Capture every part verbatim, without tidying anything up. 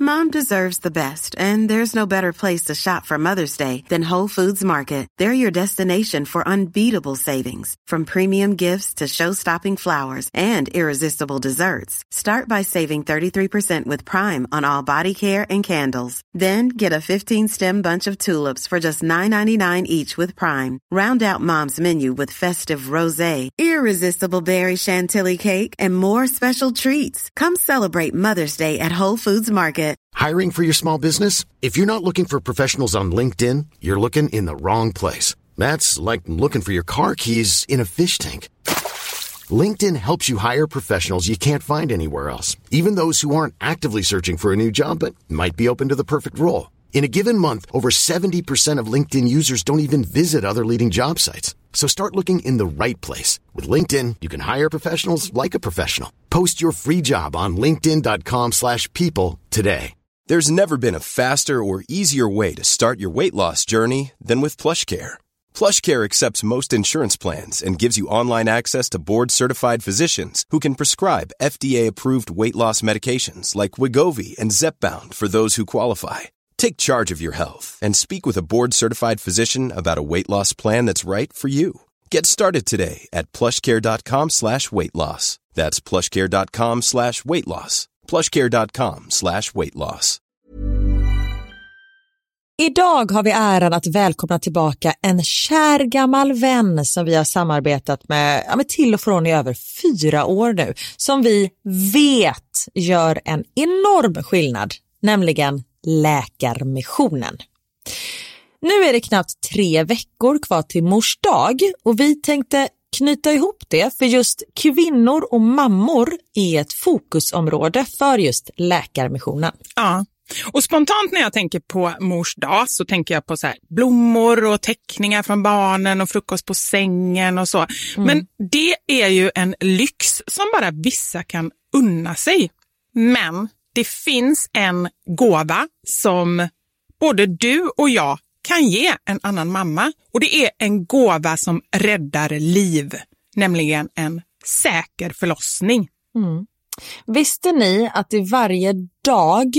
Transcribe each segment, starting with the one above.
Mom deserves the best, and there's no better place to shop for Mother's Day than Whole Foods Market. They're your destination for unbeatable savings, from premium gifts to show-stopping flowers and irresistible desserts. Start by saving thirty-three percent with Prime on all body care and candles. Then get a fifteen-stem bunch of tulips for just nine ninety-nine each with Prime. Round out Mom's menu with festive rosé, irresistible berry chantilly cake, and more special treats. Come celebrate Mother's Day at Whole Foods Market. Hiring for your small business? If you're not looking for professionals on LinkedIn, you're looking in the wrong place. That's like looking for your car keys in a fish tank. LinkedIn helps you hire professionals you can't find anywhere else, even those who aren't actively searching for a new job but might be open to the perfect role. In a given month, over seventy percent of LinkedIn users don't even visit other leading job sites. So start looking in the right place. With LinkedIn, you can hire professionals like a professional. Post your free job on linkedin.com slash people today. There's never been a faster or easier way to start your weight loss journey than with PlushCare. PlushCare accepts most insurance plans and gives you online access to board-certified physicians who can prescribe F D A-approved weight loss medications like Wegovy and Zepbound for those who qualify. Take charge of your health and speak with a board-certified physician about a weight loss plan that's right for you. Get started today at plushcare.com slash weight loss. That's plushcare.com slash weight loss. plushcare.com slash weight loss. Idag har vi äran att välkomna tillbaka en kär gammal vän som vi har samarbetat med, ja, med till och från i över fyra år nu. Som vi vet gör en enorm skillnad, nämligen Läkarmissionen. Nu är det knappt tre veckor kvar till mors dag och vi tänkte knyta ihop det, för just kvinnor och mammor är ett fokusområde för just Läkarmissionen. Ja, och spontant när jag tänker på mors dag så tänker jag på så här blommor och teckningar från barnen och frukost på sängen och så. Mm. Men det är ju en lyx som bara vissa kan unna sig. Men det finns en gåva som både du och jag kan ge en annan mamma. Och det är en gåva som räddar liv, nämligen en säker förlossning. Mm. Visste ni att i varje dag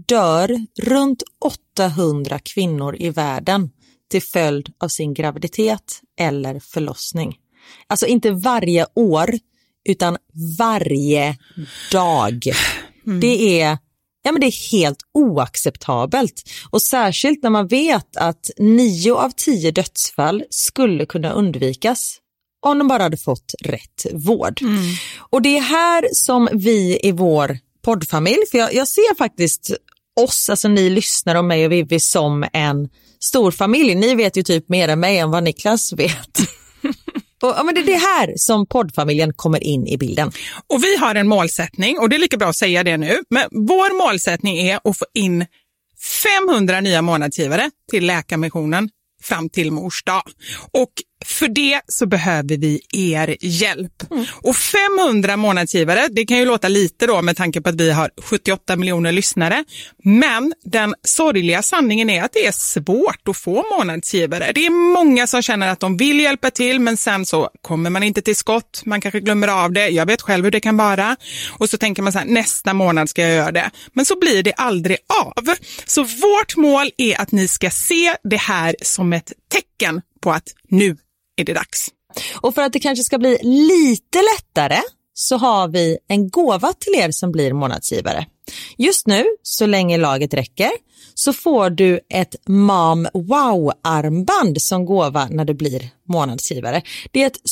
dör runt åttahundra kvinnor i världen till följd av sin graviditet eller förlossning? Alltså inte varje år, utan varje dag. Mm. Det är, ja, men det är helt oacceptabelt. Och särskilt när man vet att nio av tio dödsfall skulle kunna undvikas om de bara hade fått rätt vård. Mm. Och det är här som vi i vår poddfamilj, för jag, jag ser faktiskt oss, alltså ni lyssnar och mig och Vivi, som en stor familj. Ni vet ju typ mer än mig än vad Niklas vet. Och, ja, men det är det här som poddfamiljen kommer in i bilden. Och vi har en målsättning, och det är lika bra att säga det nu. Men vår målsättning är att få in femhundra nya månadsgivare till Läkarmissionen fram till mors dag. Och för det så behöver vi er hjälp. Mm. Och femhundra månadsgivare, det kan ju låta lite då med tanke på att vi har sjuttioåtta miljoner lyssnare. Men den sorgliga sanningen är att det är svårt att få månadsgivare. Det är många som känner att de vill hjälpa till, men sen så kommer man inte till skott. Man kanske glömmer av det. Jag vet själv hur det kan vara. Och så tänker man så här, nästa månad ska jag göra det. Men så blir det aldrig av. Så vårt mål är att ni ska se det här som ett tecken på att nu är det dags. Och för att det kanske ska bli lite lättare så har vi en gåva till er som blir månadsgivare. Just nu, så länge laget räcker, så får du ett Mom Wow-armband som gåva när du blir månadsgivare. Det är ett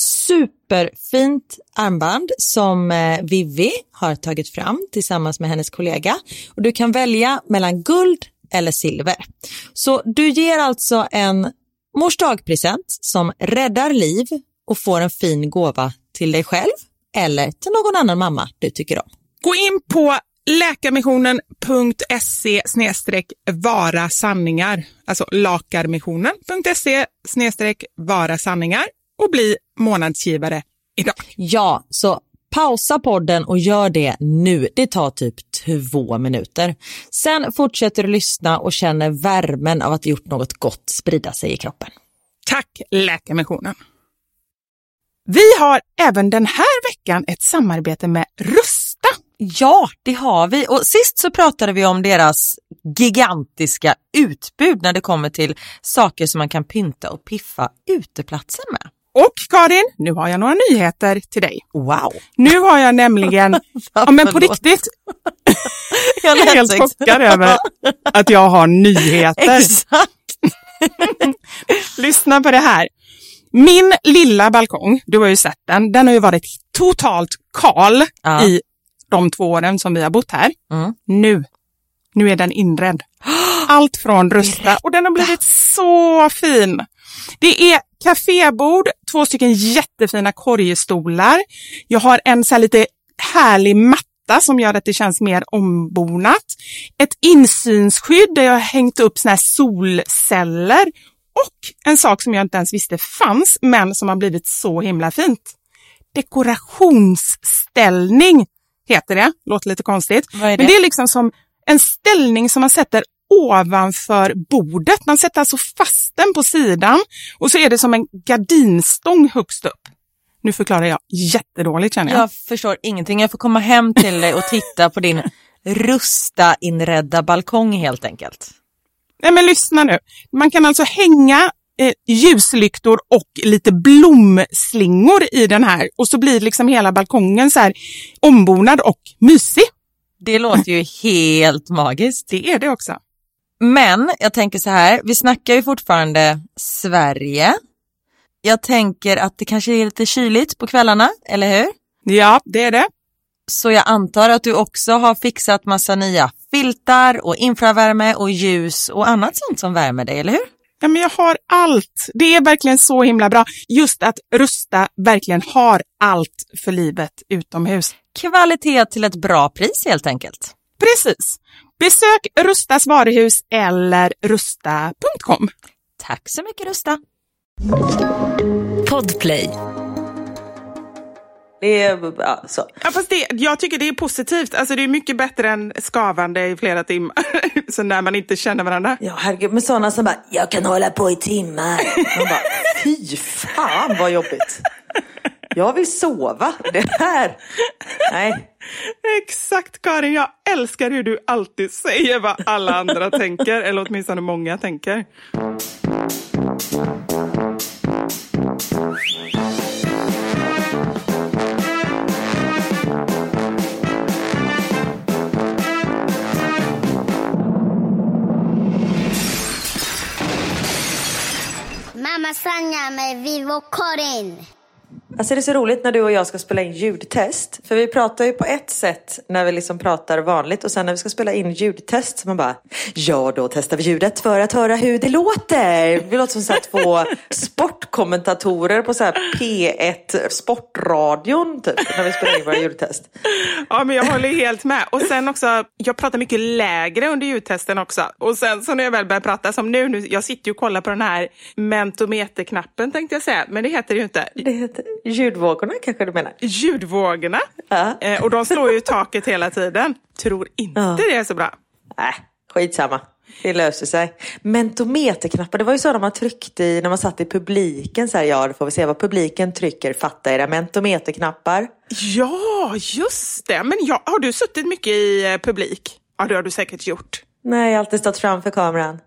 superfint armband som Vivi har tagit fram tillsammans med hennes kollega. Och du kan välja mellan guld eller silver. Så du ger alltså en mors dagpresent som räddar liv och får en fin gåva till dig själv eller till någon annan mamma du tycker om. Gå in på läkarmissionen punkt se snedstreck vara sanningar, alltså lakarmissionen punkt se snedstreck vara sanningar och bli månadsgivare idag. Ja, så pausa podden och gör det nu. Det tar typ två minuter. Sen fortsätter du lyssna och känner värmen av att ha gjort något gott sprida sig i kroppen. Tack Läkarmissionen. Vi har även den här veckan ett samarbete med Rusta Ja, det har vi. Och sist så pratade vi om deras gigantiska utbud när det kommer till saker som man kan pynta och piffa uteplatser med. Och Karin, nu har jag några nyheter till dig. Wow. Nu har jag nämligen, ja men på riktigt, jag är helt chockad över att jag har nyheter. Exakt. Lyssna på det här. Min lilla balkong, du har ju sett den, den har ju varit totalt kal ja. i de två åren som vi har bott här. Mm. Nu, nu är den inredd. Allt från Rusta och den har blivit så fin. Det är kafébord, två stycken jättefina korgstolar. Jag har en så här lite härlig matta som gör att det känns mer ombonat. Ett insynsskydd där jag har hängt upp såna här solceller. Och en sak som jag inte ens visste fanns men som har blivit så himla fint. Dekorationsställning heter det. Låter lite konstigt. Vad är det? Men det är liksom som en ställning som man sätter ovanför bordet. Man sätter alltså fast den på sidan och så är det som en gardinstång högst upp. Nu förklarar jag jättedåligt känner jag. Jag förstår ingenting. Jag får komma hem till dig och titta på din Rusta inredda balkong helt enkelt. Nej men lyssna nu. Man kan alltså hänga eh, ljuslyktor och lite blomslingor i den här. Och så blir liksom hela balkongen så här ombonad och mysig. Det låter ju helt magiskt. Det är det också. Men jag tänker så här, vi snackar ju fortfarande Sverige. Jag tänker att det kanske är lite kyligt på kvällarna, eller hur? Ja, det är det. Så jag antar att du också har fixat massa nya filtar och infravärme och ljus och annat sånt som värmer dig, eller hur? Ja, men jag har allt. Det är verkligen så himla bra. Just att Rusta verkligen har allt för livet utomhus. Kvalitet till ett bra pris helt enkelt. Precis. Besök Rustas varuhus eller rusta punkt com. Tack så mycket Rusta. Podplay. Det är, ja, så. Ja, fast det, jag tycker det är positivt. Alltså det är mycket bättre än skavande i flera timmar. Så när man inte känner varandra. Ja, herregud. Men sådana som bara, jag kan hålla på i timmar. Man bara, fy fan vad jobbigt. Jag vill sova. Det här. Nej. Exakt Karin, jag älskar hur du alltid säger vad alla andra tänker. Eller åtminstone många tänker. Mamma Sanja med Vivo Karin. Alltså det är så roligt när du och jag ska spela in ljudtest. För vi pratar ju på ett sätt när vi liksom pratar vanligt. Och sen när vi ska spela in ljudtest så man bara, ja då testar vi ljudet för att höra hur det låter. Vi låter som så här två sportkommentatorer på så här P ett Sportradion typ. När vi spelar in våra ljudtest. Ja men jag håller helt med. Och sen också, jag pratar mycket lägre under ljudtesten också. Och sen så när jag väl börjar prata som nu, nu jag sitter ju och kollar på den här mentometerknappen tänkte jag säga. Men det heter det ju inte. Det heter ljudvågorna kanske du menar? Ljudvågorna. Ja. Eh, och de slår ju i taket hela tiden. Tror inte ja. det är så bra. Nej, äh, skitsamma. Det löser sig. Mentometerknappar, det var ju så när man tryckte i, när man satt i publiken så här, ja, då får vi se vad publiken trycker. Fatta era mentometerknappar. Ja, just det. Men ja, har du suttit mycket i eh, publik? Ja, det har du säkert gjort. Nej, jag har alltid stått framför kameran.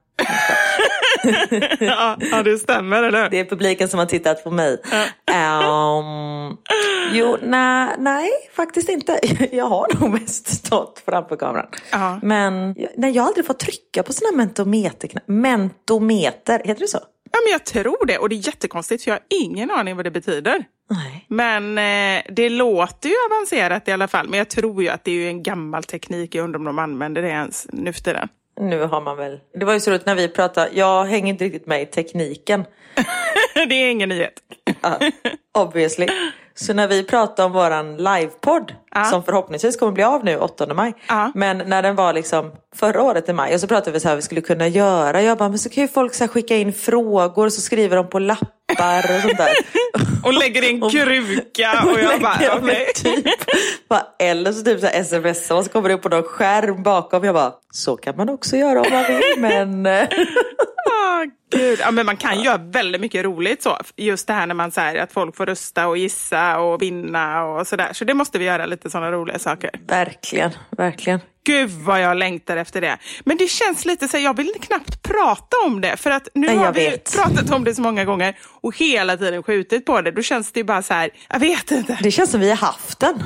ja, ja, det stämmer, eller? Det är publiken som har tittat på mig. um, jo, nej, nej, faktiskt inte. Jag har nog mest stått framför kameran. Uh-huh. Men nej, jag har aldrig fått trycka på såna mentometer. Mentometer, heter det så? Ja, men jag tror det. Och det är jättekonstigt för jag har ingen aning vad det betyder. Nej. Men eh, det låter ju avancerat i alla fall. Men jag tror ju att det är ju en gammal teknik. Jag undrar om de använder det ens nu för tiden. Nu har man väl... Det var ju så roligt när vi pratade. Jag hänger inte riktigt med i tekniken. Det är ingen nyhet. Ja, obviously. Så när vi pratade om våran livepodd, ja. som förhoppningsvis kommer bli av nu åttonde maj. Ja. Men när den var liksom förra året i maj. Och så pratade vi så här vi skulle kunna göra. Jag bara, men så kan ju folk så här skicka in frågor. Och så skriver de på lappar och sånt där. Och lägger in en kruka. Och, och jag bara, okej. Okay. Typ, bara, eller så typ så här sms. Och så kommer det upp på någon skärm bakom. Jag bara, så kan man också göra om man vill. Men... oh, Gud, ja, men man kan ja. göra väldigt mycket roligt så. Just det här när man säger att folk får rösta och gissa och vinna och sådär. Så det måste vi göra, lite sådana roliga saker. Verkligen, verkligen. Gud vad jag längtar efter det. Men det känns lite så här, jag vill knappt prata om det. För att nu Nej, har vi vet. pratat om det så många gånger och hela tiden skjutit på det. Då känns det ju bara så här, jag vet inte. Det känns som vi har haft den.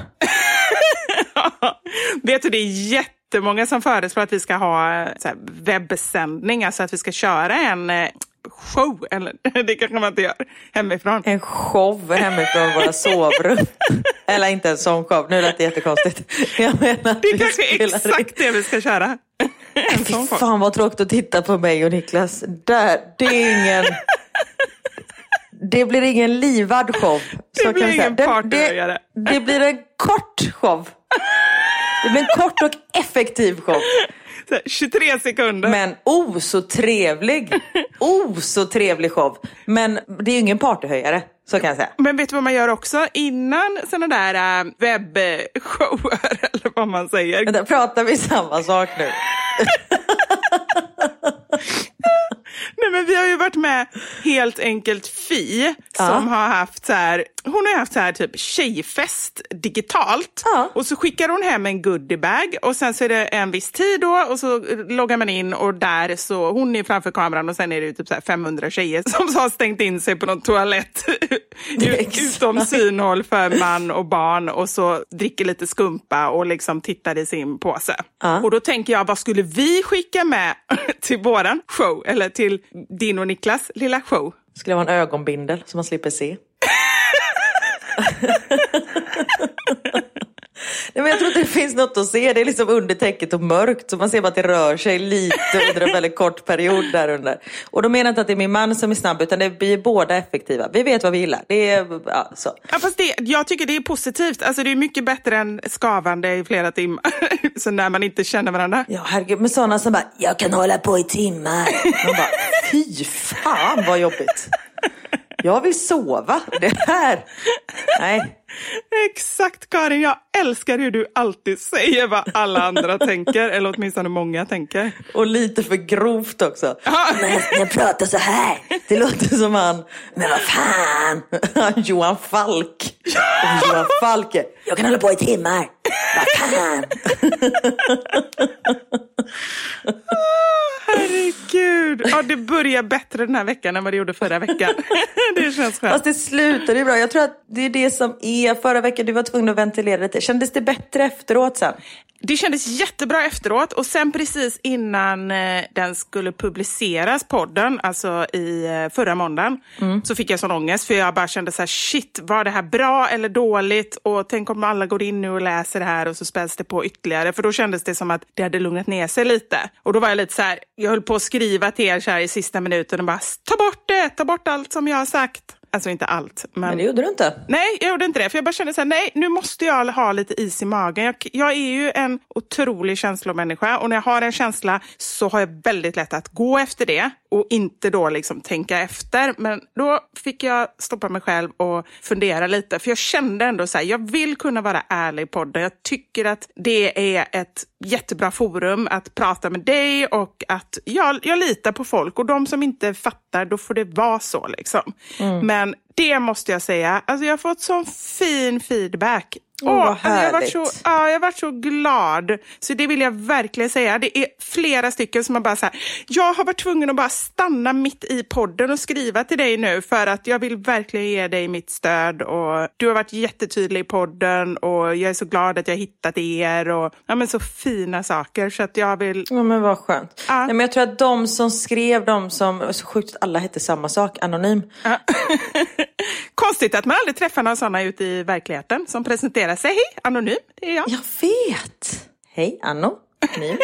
Vet du, det är jättemånga som föreslår att vi ska ha så här, webbsändning. Alltså att vi ska köra en show. Eller, det kanske man inte gör hemifrån. En show hemifrån våra sovrum. Eller inte en sån show. Nu lät det jättekonstigt. Jag menar, det är kanske exakt det vi ska köra. En Fy fan vad tråkigt att titta på mig och Niklas. Där, det är ingen... Det blir ingen livad show. Det så blir kan ingen det, det, det blir en kort show. Det blir en kort och effektiv show. Så, tjugotre sekunder. Men oh så trevlig. Oh så trevlig show. Men det är ju ingen partyhöjare, så kan jag säga. Men vet du vad man gör också innan sådana där äh, webbshower eller vad man säger? Där pratar vi samma sak nu. Nej, men vi har ju varit med helt enkelt Fi som ja. har haft så här, hon har haft så här typ tjejfest digitalt ja. och så skickar hon hem en goodiebag och sen så är det en viss tid då och så loggar man in och där så hon är framför kameran och sen är det ju typ så här femhundra tjejer som har stängt in sig på någon toalett utom synhåll för man och barn och så dricker lite skumpa och liksom tittar i sin påse. Ja. Och då tänker jag, vad skulle vi skicka med till våran show eller till din och Niklas lilla show? Skulle vara en ögonbindel som man slipper se. Nej, men jag tror att det finns något att se. Det är liksom under täcket och mörkt. Så man ser bara att det rör sig lite under en väldigt kort period där under. Och då menar jag inte att det är min man som är snabb. Utan det blir båda effektiva. Vi vet vad vi gillar. Det är, ja, så. Ja, fast det, jag tycker det är positivt. Alltså det är mycket bättre än skavande i flera timmar. Så när man inte känner varandra. Ja, herregud. Men sådana som bara, jag kan hålla på i timmar. Man bara, fy fan vad jobbigt. Jag vill sova. Det här. Nej. Exakt, Karin. Jag älskar hur du alltid säger vad alla andra tänker. Eller åtminstone många tänker. Och lite för grovt också. Men jag pratar så här. Det låter som han. Men vad fan. Johan Falk. Johan Falke. Jag kan hålla på i timmar. Vad fan. Herregud. Ja, det börjar bättre den här veckan än vad det gjorde förra veckan. Det känns skönt. Fast det slutar ju bra. Jag tror att det är det som är. Förra veckan du var tvungen att ventilera lite. Kändes det bättre efteråt sen? Det kändes jättebra efteråt. Och sen precis innan eh, den skulle publiceras, podden, alltså i eh, förra måndagen, mm. så fick jag sån ångest. För jag bara kände så här, shit, var det här bra eller dåligt? Och tänk om alla går in nu och läser det här och så späds det på ytterligare. För då kändes det som att det hade lugnat ner sig lite. Och då var jag lite så här, jag höll på att skriva till er så här i sista minuten och bara, ta bort det, ta bort allt som jag har sagt. Alltså inte allt. Men... men det gjorde du inte. Nej, jag gjorde inte det. För jag bara kände så här, nej, nu måste jag ha lite is i magen. Jag, jag är ju en otrolig känslomänniska. Och när jag har en känsla så har jag väldigt lätt att gå efter det. Och inte då liksom tänka efter. Men då fick jag stoppa mig själv och fundera lite. För jag kände ändå så här, jag vill kunna vara ärlig i podden. Jag tycker att det är ett jättebra forum att prata med dig. Och att jag, jag litar på folk. Och de som inte fattar, då får det vara så liksom. Mm. Men det måste jag säga. Alltså jag har fått sån fin feedback. Åh, oh, vad härligt. Jag har varit så, ja, jag har varit så glad. Så det vill jag verkligen säga. Det är flera stycken som har bara så här, jag har varit tvungen att bara stanna mitt i podden och skriva till dig nu. För att jag vill verkligen ge dig mitt stöd. Och du har varit jättetydlig i podden. Och jag är så glad att jag har hittat er. Och ja, men så fina saker. Så att jag vill... Ja, men vad skönt. Ja. Nej, men jag tror att de som skrev, de som... Så sjukt att alla hette samma sak, anonym. Ja. Konstigt att man aldrig träffar några sådana ute i verkligheten som presenterar sig. Hej, anonym, det är jag. Jag vet. Hej, Anno. Anonym.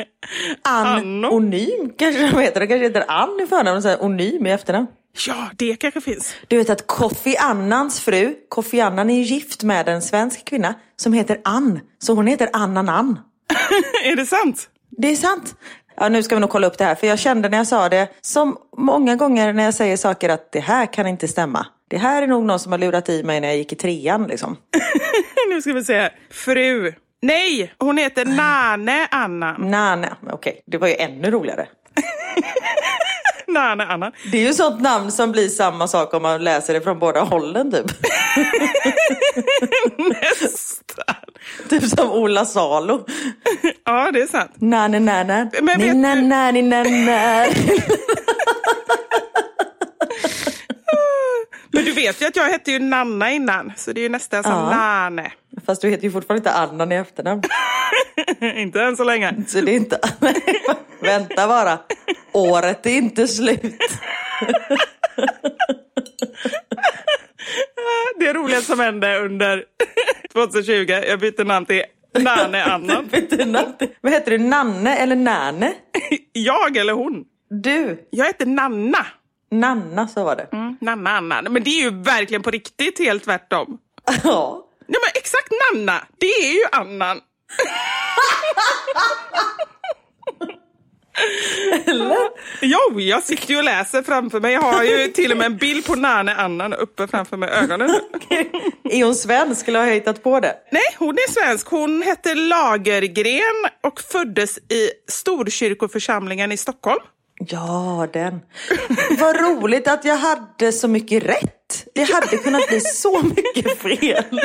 Anonym kanske de heter. De kanske heter Ann i förnamn och så här onym i efternamn. Ja, det kanske finns. Du vet att Kofi Annans fru, Kofi Annan är gift med en svensk kvinna som heter Ann. Så hon heter Annan Ann. Är det sant? Det är sant. Ja, nu ska vi nog kolla upp det här. För jag kände när jag sa det, som många gånger när jag säger saker, att det här kan inte stämma. Det här är nog någon som har lurat i mig när jag gick i trean liksom. Nu ska vi se. Fru. Nej, hon heter Nane Anna. Nane, okej. Okay. Det var ju ännu roligare. Nane Annan. Det är ju sånt namn som blir samma sak om man läser det från båda hållen typ. Nästan. Typ som Ola Salo. Ja, det är sant. Nane nane. Men vet nane nane nane. Men du vet ju att jag hette ju Nanna innan. Så det är ju nästan som Ja. Nane. Fast du heter ju fortfarande inte Annan i efternamn. Inte än så länge. Så det är inte... Vänta bara. Året är inte slut. Det är roligt som hände under tjugohundratjugo. Jag bytte namn till Nane Annan. Vad heter du? Nanne eller Nane? Jag eller hon? Du. Jag heter Nanna. Nanna, så var det. Mm, Nanna Annan. Men det är ju verkligen på riktigt helt tvärtom. Ja. Nej men exakt Nanna. Det är ju Annan. Eller? Jo, jag sitter ju och läser framför mig. Jag har ju till och med en bild på Nane Annan uppe framför mig ögonen. Är hon svensk eller har jag hittat på det? Nej, hon är svensk. Hon hette Lagergren och föddes i Storkyrkoförsamlingen i Stockholm. Ja, den. Vad roligt att jag hade så mycket rätt. Det hade kunnat bli så mycket fel.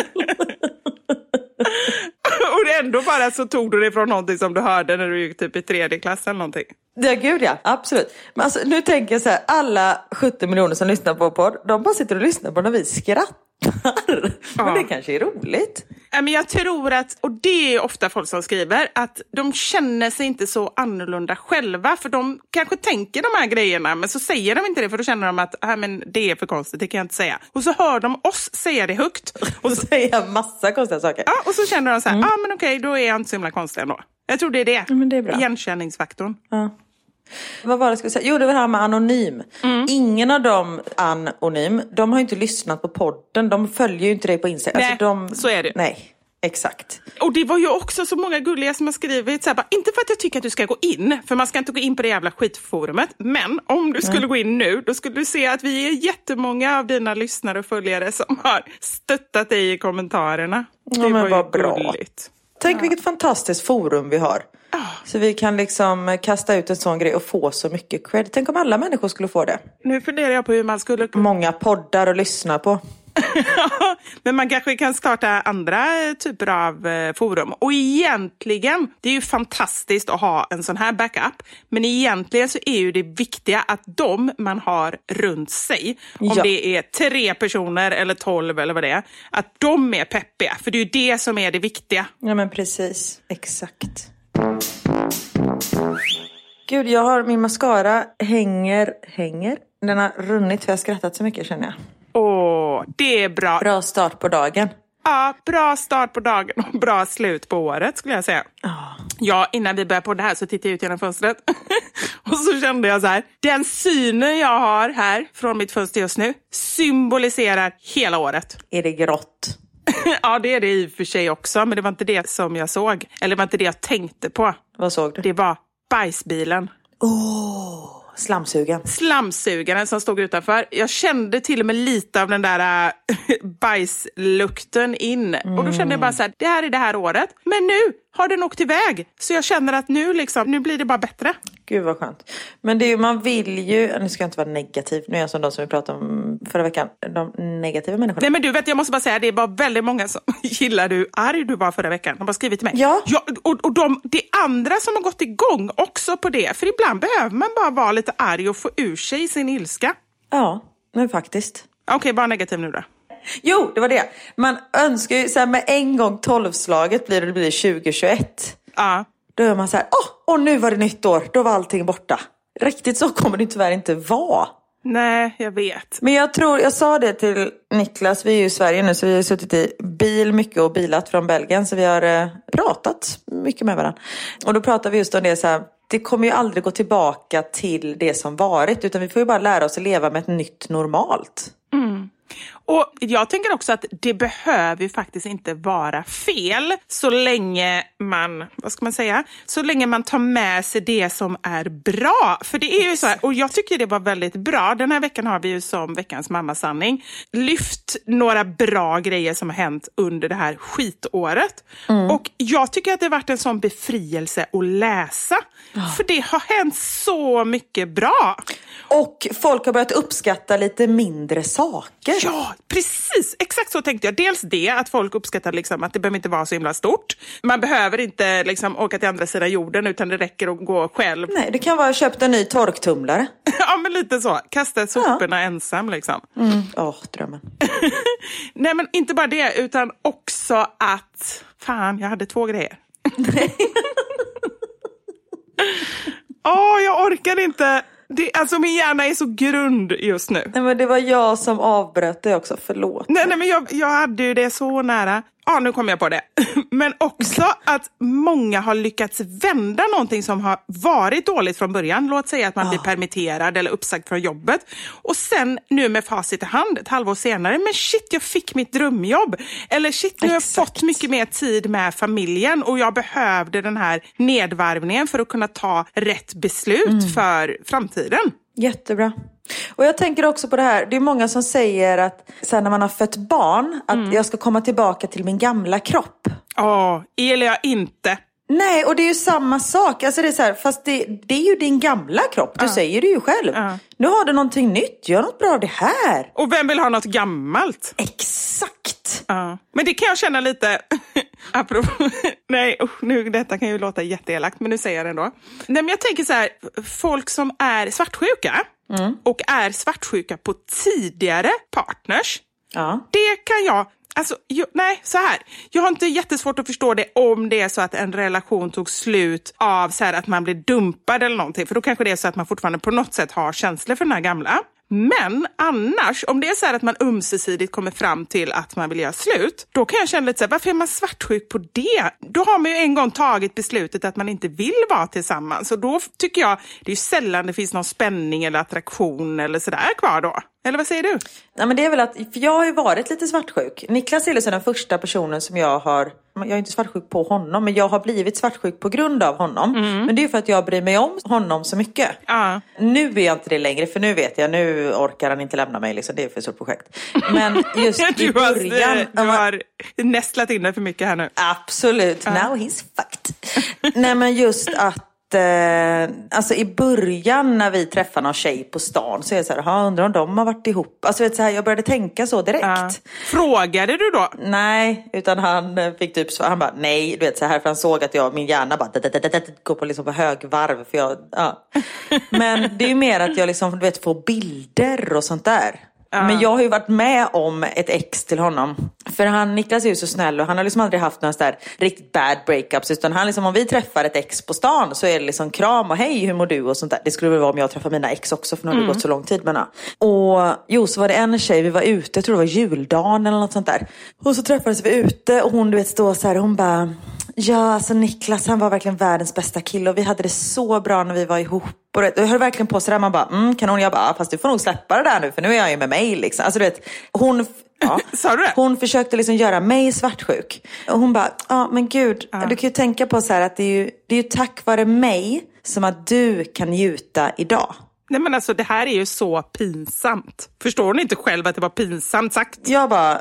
Och ändå bara så tog du det från någonting som du hörde när du gick typ i tredje klass eller någonting. Ja, gud ja. Absolut. Men alltså, nu tänker jag så här, alla sjuttio miljoner som lyssnar på podd, de bara sitter och lyssnar på när vi skrattar. Ja. Men det kanske är roligt. Men jag tror att, och det är ofta folk som skriver, att de känner sig inte så annorlunda själva. För de kanske tänker de här grejerna, men så säger de inte det. För då känner de att ah, men det är för konstigt, det kan jag inte säga. Och så hör de oss säga det högt. Och så säger jag massa konstiga saker. Ja, och så känner de så här, ja mm. ah, men okej, då är jag inte så himla konstig ändå. Jag tror det är det. Ja, men det är bra. Igenkänningsfaktorn. Ja. Vad var det jag skulle säga? Jo, det var det här med anonym. Mm. Ingen av dem anonym, de har ju inte lyssnat på podden. De följer ju inte dig på Instagram. Nej, alltså, de... så är det. Nej, exakt. Och det var ju också så många gulliga som har skrivit så här, bara, inte för att jag tycker att du ska gå in, för man ska inte gå in på det jävla skitforumet, men om du skulle mm. gå in nu, då skulle du se att vi är jättemånga av dina lyssnare och följare som har stöttat dig i kommentarerna. Det ja, men var vad ju bra. gulligt. Tänk ja. vilket fantastiskt forum vi har. Ah. Så vi kan liksom kasta ut en sån grej och få så mycket cred. Tänk om alla människor skulle få det. Nu funderar jag på hur man skulle... Många poddar att lyssna på. Men man kanske kan starta andra typer av eh, forum. Och egentligen, det är ju fantastiskt att ha en sån här backup. Men egentligen så är ju det viktiga att de man har runt sig, om ja. det är tre personer eller tolv eller vad det är, att de är peppiga. För det är ju det som är det viktiga. Ja men precis, exakt. Gud, jag har min mascara hänger, hänger. Den har runnit för jag har skrattat så mycket känner jag. Åh, det är bra. Bra start på dagen. Ja, bra start på dagen och bra slut på året skulle jag säga. Oh. Ja, innan vi började på det här så tittade jag ut genom fönstret. Och så kände jag så här, den synen jag har här från mitt fönster just nu symboliserar hela året. Är det grått? Ja, det är det i och för sig också, men det var inte det som jag såg. Eller det var inte det jag tänkte på. Vad såg du? Det var bajsbilen. Åh, oh, slamsugen. Slamsugaren som stod utanför. Jag kände till och med lite av den där äh, bajslukten in. Mm. Och då kände jag bara så här, det här är det här året. Men nu har den åkt iväg. Så jag känner att nu liksom, nu blir det bara bättre. Gud vad skönt. Men det är ju, man vill ju, nu ska jag inte vara negativ, nu är jag som de som vi pratade om förra veckan, de negativa människorna. Nej men du vet, jag måste bara säga, det är bara väldigt många som gillar hur arg du var förra veckan. De har bara skrivit till mig. Ja. ja och och de, det är andra som har gått igång också på det. För ibland behöver man bara vara lite arg och få ur sig sin ilska. Ja, men faktiskt. Okej, okay, bara negativ nu då. Jo, det var det. Man önskar ju så här, med en gång tolvslaget blir det, det blir tjugo tjugoett. Ja. Då är man så här, åh, och nu var det nytt år, då var allting borta. Riktigt så kommer det tyvärr inte vara. Nej, jag vet. Men jag tror, jag sa det till Niklas, vi är ju i Sverige nu så vi har suttit i bil mycket och bilat från Belgien. Så vi har eh, pratat mycket med varandra. Och då pratar vi just om det så här, det kommer ju aldrig gå tillbaka till det som varit. Utan vi får ju bara lära oss att leva med ett nytt normalt. Mm. Och jag tänker också att det behöver ju faktiskt inte vara fel så länge man, vad ska man säga, så länge man tar med sig det som är bra. För det är ju så här, och jag tycker det var väldigt bra. Den här veckan har vi ju som veckans mammasanning lyft några bra grejer som har hänt under det här skitåret. Mm. Och jag tycker att det har varit en sån befrielse att läsa. Oh. För det har hänt så mycket bra. Och folk har börjat uppskatta lite mindre saker. Ja, precis. Exakt så tänkte jag. Dels det, att folk uppskattar liksom att det behöver inte vara så himla stort. Man behöver inte liksom åka till andra sidan jorden, utan det räcker att gå själv. Nej, det kan vara att köpa en ny torktumlare. Ja, men lite så. Kasta soporna ja. ensam liksom. Åh, mm. oh, drömmen. Nej, men inte bara det, utan också att... Fan, jag hade två grejer. Åh, oh, jag orkar inte... Det, alltså min hjärna är så grund just nu. Nej, men det var jag som avbröt det också, förlåt. Nej, nej men jag, jag hade ju det så nära. Ja, nu kom jag på det. Men också att många har lyckats vända någonting som har varit dåligt från början. Låt säga att man oh. blir permitterad eller uppsagt från jobbet. Och sen nu med facit i hand, ett halvår senare. Men shit, jag fick mitt drömjobb. Eller shit, nu har jag fått mycket mer tid med familjen. Och jag behövde den här nedvarvningen för att kunna ta rätt beslut mm. för framtiden. Jättebra. Och jag tänker också på det här, det är många som säger att sen när man har fött barn, att mm. jag ska komma tillbaka till min gamla kropp. Ja, oh, eller jag inte. Nej, och det är ju samma sak. Alltså det är så här, fast det, det är ju din gamla kropp, du uh. säger det ju själv. Uh. Nu har du någonting nytt, gör något bra av det här. Och vem vill ha något gammalt? Exakt. Uh. Men det kan jag känna lite... Apropå, nej, uh, nu, detta kan ju låta jätteelakt, men nu säger jag det ändå. Nej, men jag tänker så här, folk som är svartsjuka mm. och är svartsjuka på tidigare partners, ja. det kan jag... Alltså, jag, nej, så här. Jag har inte jättesvårt att förstå det om det är så att en relation tog slut av så här att man blir dumpad eller någonting. För då kanske det är så att man fortfarande på något sätt har känslor för den här gamla. Men annars, om det är så här att man ömsesidigt kommer fram till att man vill göra slut, då kan jag känna lite så här, varför är man svartsjuk på det? Då har man ju en gång tagit beslutet att man inte vill vara tillsammans. Och då tycker jag, det är ju sällan det finns någon spänning eller attraktion eller sådär kvar då. Eller vad säger du? Ja, men det är väl att, för jag har ju varit lite svartsjuk. Niklas är den första personen som jag har, jag är inte svartsjuk på honom, men jag har blivit svartsjuk på grund av honom. Mm. Men det är för att jag bryr mig om honom så mycket. Ja. Nu är jag inte det längre, för nu vet jag, nu orkar han inte lämna mig liksom, det är för stort projekt. Men just i början... Du har, du har nästlat in det för mycket här nu. Absolut, ja. Now he's fucked. Nej, men just att Eh, alltså i början när vi träffade någon tjej på stan så är det så här, undrar om de har varit ihop. Alltså vet, så här, jag började tänka så direkt. Ja. Frågade du då? Nej, utan han fick typ så, han bara nej, du vet så här, för han såg att jag, min hjärna bara går på liksom på högvarv för jag, ja. Men det är ju mer att jag liksom, du vet, får bilder och sånt där. Uh. Men jag har ju varit med om ett ex till honom. För han, Niklas är ju så snäll och han har liksom aldrig haft några sådär riktigt bad breakups. Utan han liksom, om vi träffar ett ex på stan så är det liksom kram och hej, hur mår du och sånt där. Det skulle väl vara om jag träffar mina ex också, för nu har det mm. gått så lång tid. Men, ja. Och jo, så var det en tjej, vi var ute, jag tror det var juldagen eller något sånt där. Och så träffades vi ute och hon, du vet, stå så här, hon bara... Ja, alltså Niklas, han var verkligen världens bästa kille och vi hade det så bra när vi var ihop. Och jag höll verkligen på sådär, man bara, mm, kan hon, jag bara, fast du får nog släppa det där nu för nu är jag ju med mig liksom. Alltså du vet, hon, ja, sa du det? Hon försökte liksom göra mig svartsjuk. Och hon bara, ja men gud, ja. Du kan ju tänka på så här att det är ju, det är ju tack vare mig som att du kan njuta idag. Nej men alltså det här är ju så pinsamt. Förstår hon inte själv att det var pinsamt sagt? Jag bara,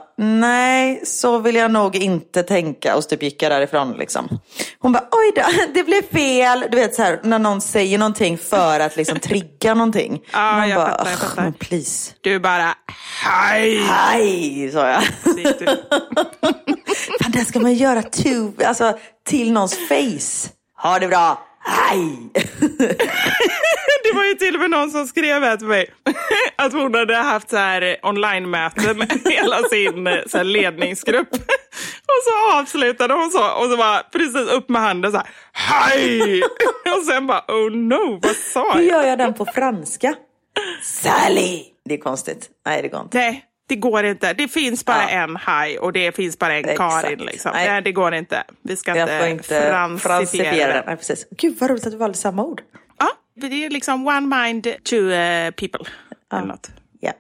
nej så vill jag nog inte tänka. Och så typ gick jag därifrån liksom. Hon bara, oj då, det blev fel. Du vet så här, när någon säger någonting för att liksom trigga någonting. Ja, man jag bara, fattar, jag fattar. Men please. Du bara, hej. Hej, sa jag. Fan, det ska man göra to, alltså, till någons face. Ha det bra. Hej! Det var ju till och med någon som skrev här till mig att hon hade haft så här online-möten med hela sin så här ledningsgrupp. Och så avslutade hon så och så var precis upp med handen så här, hej! Och sen bara, oh no, vad sa jag? Hur gör jag den på franska? Sally! Det är konstigt. Nej, det går inte. Nej. Det går inte. Det finns bara ja. en haj och det finns bara en Exakt. Karin. Liksom. Nej. Det går inte. Vi ska jag inte, inte francifiera den. Nej, precis. Gud, vad roligt att du valde samma ord. Ja, det är liksom one mind, two uh, people. Ja. Eller något. Ja.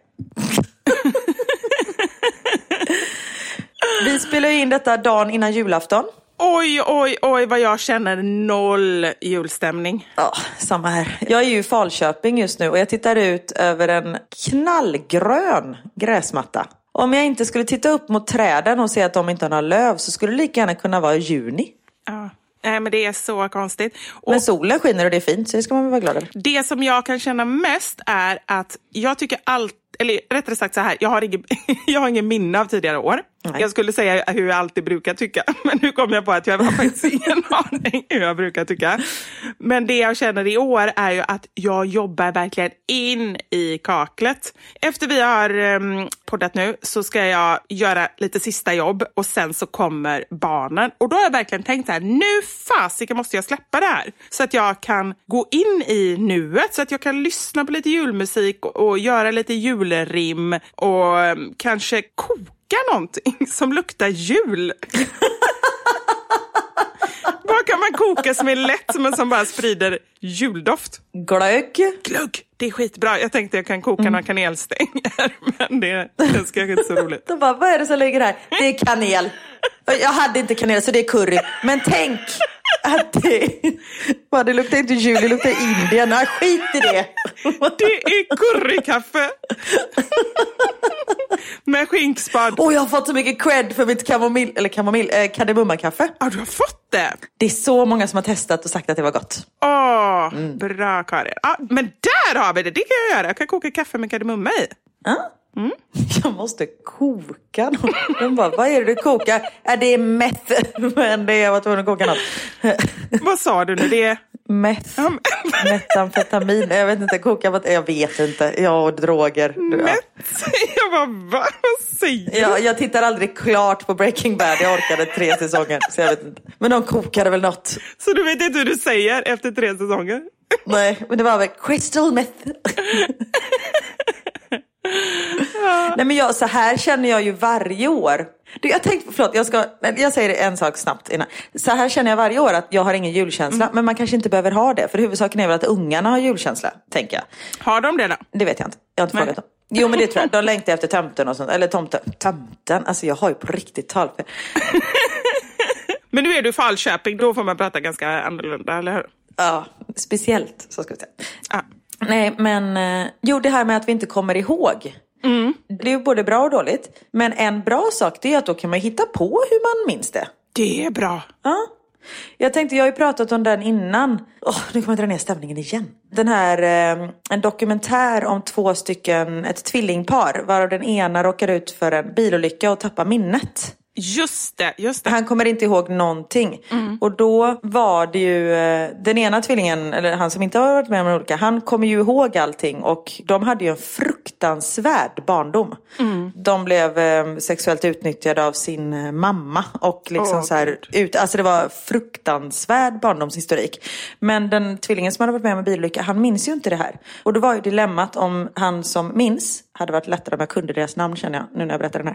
Vi spelar in detta dagen innan julafton. Oj, oj, oj vad jag känner noll julstämning. Ja, samma här. Jag är ju i Falköping just nu och jag tittar ut över en knallgrön gräsmatta. Om jag inte skulle titta upp mot träden och se att de inte har några löv så skulle det lika gärna kunna vara juni. Ja, Nej, men det är så konstigt. Och Men solen skiner och det är fint, så det ska man väl vara glad över. det som jag kan känna mest är att jag tycker allt, eller rättare sagt så här, jag har ingen, jag har ingen minne av tidigare år. Nej. Jag skulle säga hur jag alltid brukar tycka, men nu kom jag på att jag har faktiskt ingen aning hur jag brukar tycka. Men det jag känner i år är ju att jag jobbar verkligen in i kaklet. Efter vi har um, poddat nu så ska jag göra lite sista jobb och sen så kommer barnen. Och då har jag verkligen tänkt så här, nu fasiken måste jag släppa det här. Så att jag kan gå in i nuet, så att jag kan lyssna på lite julmusik och, och göra lite julrim och um, kanske koka någonting som luktar jul. Vad kan man koka som är lätt, men som bara sprider juldoft? Glögg. Glögg, det är skitbra. Jag tänkte jag kan koka mm. några kanelstänger, men det, det ska inte så roligt. De bara, vad är det som ligger här? Det är kanel. Jag hade inte kanel, så det är curry. Men tänk att det, vad, det luktar inte jul, det luktar Indien. Nej, skit i det. Det är currykaffe. Med skinkspad. Och jag har fått så mycket cred för mitt kamomill, eller kamomill, eh, kardemummakaffe. Ja, du har fått det? Det är så många som har testat och sagt att det var gott. Åh, mm. bra Karin. Ah, men där har vi det, det kan jag göra. Jag kan koka kaffe med kardemumma i. Ja. Mm. Jag måste koka. De bara, vad är det du kokar? Ja, det är meth. Men det är jag var tvungen att koka något. Vad sa du nu? Det är meth. Metamfetamin. Jag vet inte, koka vad. Jag vet inte. Jag och droger. Meth? Jag bara, vad säger du? Ja, jag tittar aldrig klart på Breaking Bad. Jag orkade tre säsonger. Så jag vet inte. Men de kokade väl något. Så du vet inte hur du säger efter tre säsonger? Nej, men det var väl crystal meth. Ja. Nej, men jag, så här känner jag ju varje år. Jag tänkte, förlåt, jag, ska, jag säger en sak snabbt innan. Så här känner jag varje år att jag har ingen julkänsla. Mm. Men man kanske inte behöver ha det. För huvudsaken är väl att ungarna har julkänsla, tänker jag. Har de det då? Det vet jag inte. Jag har inte frågat dem. Jo, men det tror jag. De längtar efter tomten och sånt. Eller tomten. Tomten, alltså jag har ju på riktigt tal för. Men nu är du i Falköping, då får man prata ganska annorlunda, eller hur? Ja, speciellt, så ska vi säga. Ah. Nej, men eh, jo, det här med att vi inte kommer ihåg. Mm. Det är ju både bra och dåligt. Men en bra sak, det är att då kan man hitta på hur man minns det. Det är bra. Ja. Jag tänkte, jag har ju pratat om den innan. Åh, nu kommer jag dra ner stämningen igen. Den här, eh, en dokumentär om två stycken, ett tvillingpar. Varav den ena råkar ut för en bilolycka och tappar minnet. Just det, just det. Han kommer inte ihåg någonting. Mm. Och då var det ju den ena tvillingen, eller han som inte har varit med om en olycka, han kommer ju ihåg allting. Och de hade ju en fruktansvärd barndom. Mm. De blev eh, sexuellt utnyttjade av sin eh, mamma. Och liksom oh, så här, ut, alltså det var fruktansvärd barndomshistorik. Men den tvillingen som hade varit med om en bilolycka, han minns ju inte det här. Och då var ju dilemmat om han som minns, hade varit lättare om jag kunde deras namn, känner jag, nu när jag berättar den här.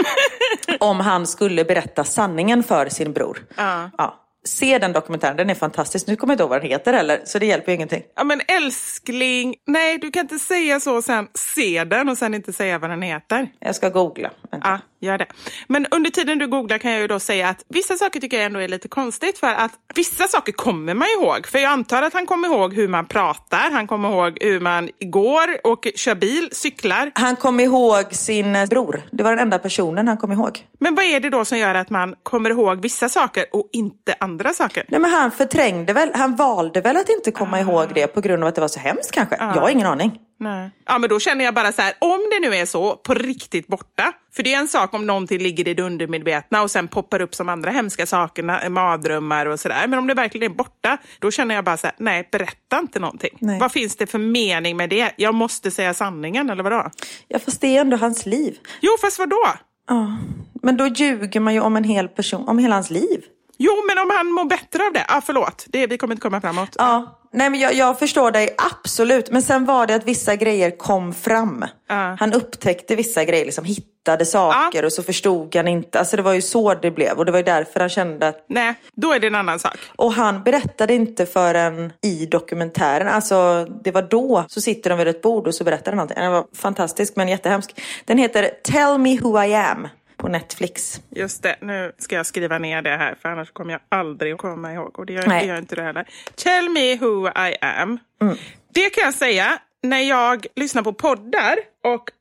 Om han skulle berätta sanningen för sin bror. Uh. Ja. Se den dokumentären, den är fantastisk. Nu kommer jag inte ihåg vad den heter heller, så det hjälper ju ingenting. Ja, men älskling, nej, du kan inte säga så och sen se den och sen inte säga vad den heter. Jag ska googla. Ja, gör det. Men under tiden du googlar kan jag ju då säga att vissa saker tycker jag ändå är lite konstigt, för att vissa saker kommer man ihåg. För jag antar att han kommer ihåg hur man pratar, han kommer ihåg hur man går och kör bil, cyklar. Han kommer ihåg sin bror. Det var den enda personen han kom ihåg. Men vad är det då som gör att man kommer ihåg vissa saker och inte andra saker? Nej, men han förträngde väl, han valde väl att inte komma ah. ihåg det på grund av att det var så hemskt kanske. Ah. Jag har ingen aning. Nej. Ja, men då känner jag bara så här, om det nu är så på riktigt borta, för det är en sak om någonting ligger i det undermedvetna och sen poppar upp som andra hemska saker, madrömmar och sådär, men om det verkligen är borta, då känner jag bara så här, nej, berätta inte någonting. Nej. Vad finns det för mening med det? Jag måste säga sanningen, eller vadå? Ja, fast det är ändå hans liv. Jo, fast vadå? Ja, men då ljuger man ju om en hel person, om hela hans liv. Jo, men om han mår bättre av det. Ah, förlåt, det, vi kommer inte komma framåt. Ja, nej, men jag, jag förstår dig absolut. Men sen var det att vissa grejer kom fram. Uh. Han upptäckte vissa grejer, liksom hittade saker uh. och så förstod han inte. Alltså det var ju så det blev, och det var ju därför han kände att... Nej, då är det en annan sak. Och han berättade inte förrän i dokumentären. Alltså det var då, så sitter de vid ett bord och så berättar han allting. Den var fantastisk men jättehemsk. Den heter Tell Me Who I Am. På Netflix. Just det, nu ska jag skriva ner det här, för annars kommer jag aldrig att komma ihåg. Och det gör, det gör inte det heller. Tell me who I am. Mm. Det kan jag säga, när jag lyssnar på poddar och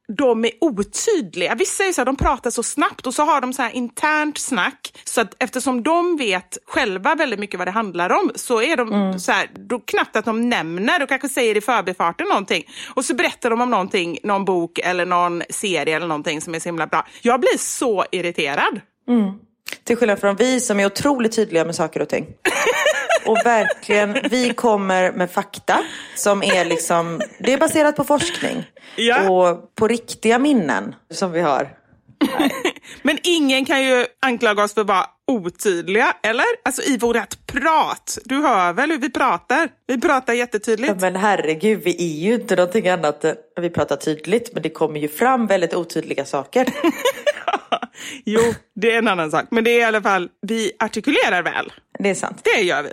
de är otydliga. Vissa är så här, de pratar så snabbt och så har de så här internt snack. Så att eftersom de vet själva väldigt mycket vad det handlar om så är de mm. så här, då knappt att de nämner, de kanske säger i förbifarten någonting. Och så berättar de om någonting, någon bok eller någon serie eller någonting som är så himla bra. Jag blir så irriterad. Mm. Till skillnad från vi som är otroligt tydliga med saker och ting. Och verkligen, vi kommer med fakta som är liksom, det är baserat på forskning. Ja. Och på riktiga minnen som vi har. Men ingen kan ju anklaga oss för att vara otydliga, eller? Alltså i vårt prat. Du hör väl hur vi pratar? Vi pratar jättetydligt. Ja, men herregud, vi är ju inte någonting annat. Vi pratar tydligt, men det kommer ju fram väldigt otydliga saker. Jo, det är en annan sak. Men det är i alla fall, vi artikulerar väl. Det är sant. Det gör vi.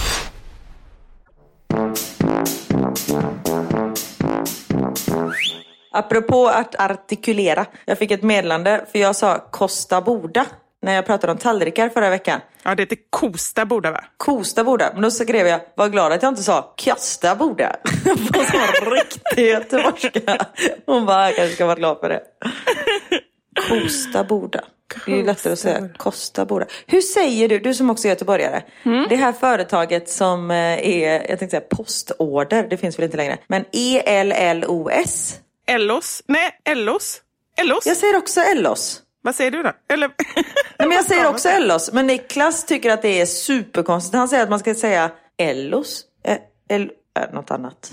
Apropå att artikulera. Jag fick ett meddelande för jag sa Kosta Boda när jag pratade om tallrikar förra veckan. Ja, det heter Kosta Boda, va? Kosta Boda. Men då skrev jag, var glad att jag inte sa Kasta Boda. På sån riktig göteborgska. Hon bara, jag kanske ska vara glad för det. Kosta Boda. Det är ju lättare att säga Kosta Boda. Hur säger du, du som också är göteborgare, mm. det här företaget som är, jag tänkte säga postorder, det finns väl inte längre, men E L L O S. Ellos? Nej, Ellos. Ellos? Jag säger också Ellos. Vad säger du då? Eller... Nej, men jag säger också Ellos, men Niklas tycker att det är superkonstigt. Han säger att man ska säga Ellos. Eh, El... Äh, något annat.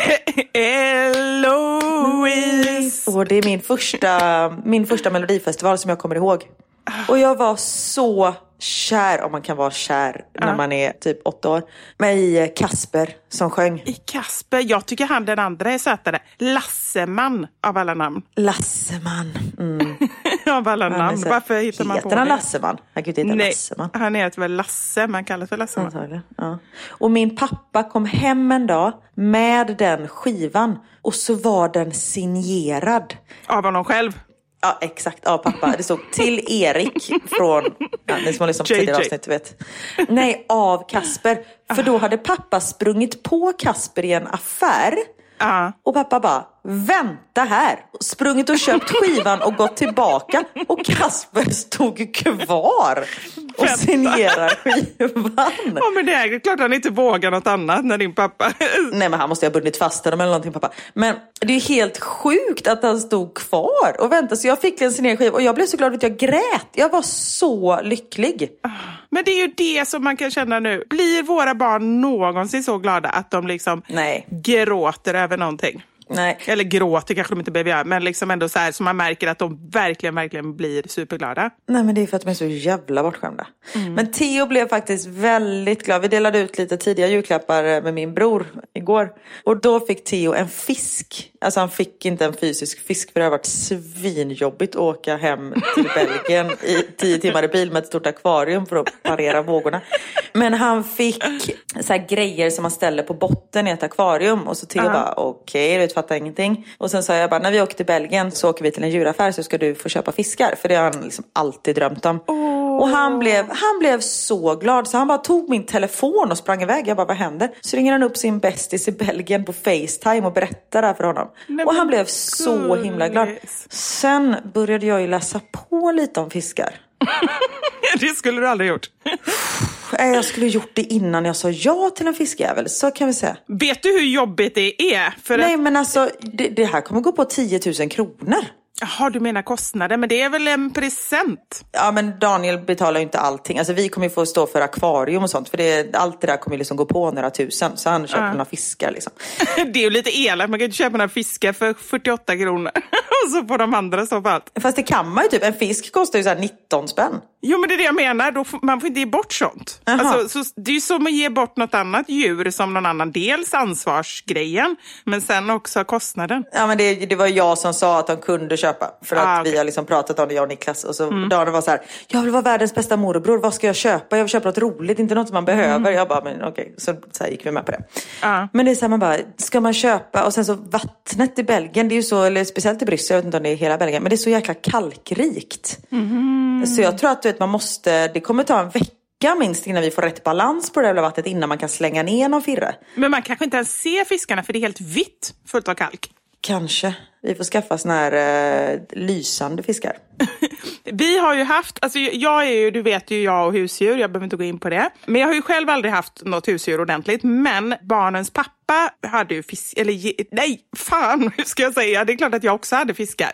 Eloise. Och det är min första, min första melodifestival som jag kommer ihåg. Och jag var så kär, om man kan vara kär när uh. man är typ åtta år, med i Kasper som sjöng. I Kasper? Jag tycker han den andra är sötare. Lasseman av alla namn. Lasseman. Mm. Av alla han namn. Varför hittar man på det? Heter han Lasseman? Han kan inte heta Nej, Lasseman. Han heter väl Lasse, man kallar för Lasseman. Antagligen, ja. Och min pappa kom hem en dag med den skivan och så var den signerad. Av honom själv? Ja, exakt. Ja, pappa. Det stod till Erik från, ja, ni som har lyssnat på tidigare avsnitt vet. Nej, av Kasper. För då hade pappa sprungit på Kasper i en affär. Uh. Och pappa bara, vänta här. Sprungit och köpt skivan och gått tillbaka. Och Kasper stod kvar och signerade skivan. Ja, men det är klart han inte vågar något annat när din pappa... Nej, men han måste ha bundit fast dem eller någonting, pappa. Men det är helt sjukt att han stod kvar och väntade. Så jag fick en signerad skiva och jag blev så glad att jag grät. Jag var så lycklig. Men det är ju det som man kan känna nu. Blir våra barn någonsin så glada att de liksom Nej. gråter över någonting? Nej. Eller gråter kanske de inte behöver göra, men liksom ändå så här så man märker att de verkligen, verkligen blir superglada. Nej, men det är för att de är så jävla bortskämda. Mm. Men Theo blev faktiskt väldigt glad. Vi delade ut lite tidiga julklappar med min bror igår. Och då fick Theo en fisk. Alltså han fick inte en fysisk fisk för det har varit svinjobbigt att åka hem till Belgien i tio timmar i bil med ett stort akvarium för att parera vågorna. Men han fick så här grejer som man ställer på botten i ett akvarium. Och så Theo uh-huh. bara, okej, okay, du vet, fattar ingenting. Och sen sa jag bara, när vi åker till Belgien så åker vi till en djuraffär så ska du få köpa fiskar. För det har han liksom alltid drömt om. Oh. Och han blev, han blev så glad så han bara tog min telefon och sprang iväg. Jag bara, vad händer? Så ringer han upp sin bästis i Belgien på FaceTime och berättar det här för honom. Nej, och han blev så himla glad. Sen började jag ju läsa på lite om fiskar. Det skulle du aldrig gjort. Jag skulle gjort det innan jag sa ja till en fiskjävel, så kan vi säga. Vet du hur jobbigt det är? För Nej, att... men alltså, det, det här kommer gå på tio tusen kronor. Jaha, du menar kostnader, men det är väl en present? Ja, men Daniel betalar ju inte allting. Alltså vi kommer ju få stå för akvarium och sånt. För det, allt det där kommer ju liksom gå på några tusen. Så han köper uh. några fiskar liksom. Det är ju lite elakt. Man kan ju köpa några fiskar för fyrtioåtta kronor. Och så får de andra stå för allt. Fast det kan man ju typ. En fisk kostar ju så här nitton spänn. Jo, men det är det jag menar. Då får, man får inte ge bort sånt. Alltså, så, det är ju som att ge bort något annat djur som någon annan. Dels ansvarsgrejen, men sen också kostnaden. Ja, men det, det var jag som sa att de kunde köpa. För att ah, okay. vi har liksom pratat om det, jag och Niklas. Och så mm. Daniel var så här, jag vill vara världens bästa morbror. Vad ska jag köpa? Jag vill köpa något roligt, inte något som man behöver. Mm. Jag bara, men okej. Okay. Så, så här gick vi med på det. Ah. Men det är så här, man bara, ska man köpa? Och sen så vattnet i Belgien, det är ju så, eller speciellt i Bryssel, jag vet inte om det är hela Belgien. Men det är så jäkla kalkrikt. Mm. Så jag tror att du vet, man måste, det kommer ta en vecka minst innan vi får rätt balans på det jävla vattnet innan man kan slänga ner någon firre. Men man kanske inte ens ser fiskarna för det är helt vitt fullt av kalk. Kanske. Vi får skaffa såna här eh, lysande fiskar. Vi har ju haft, alltså jag är ju, du vet ju jag och husdjur, jag behöver inte gå in på det. Men jag har ju själv aldrig haft något husdjur ordentligt. Men barnens pappa hade ju fisk, eller nej, fan, hur ska jag säga? Det är klart att jag också hade fiskar.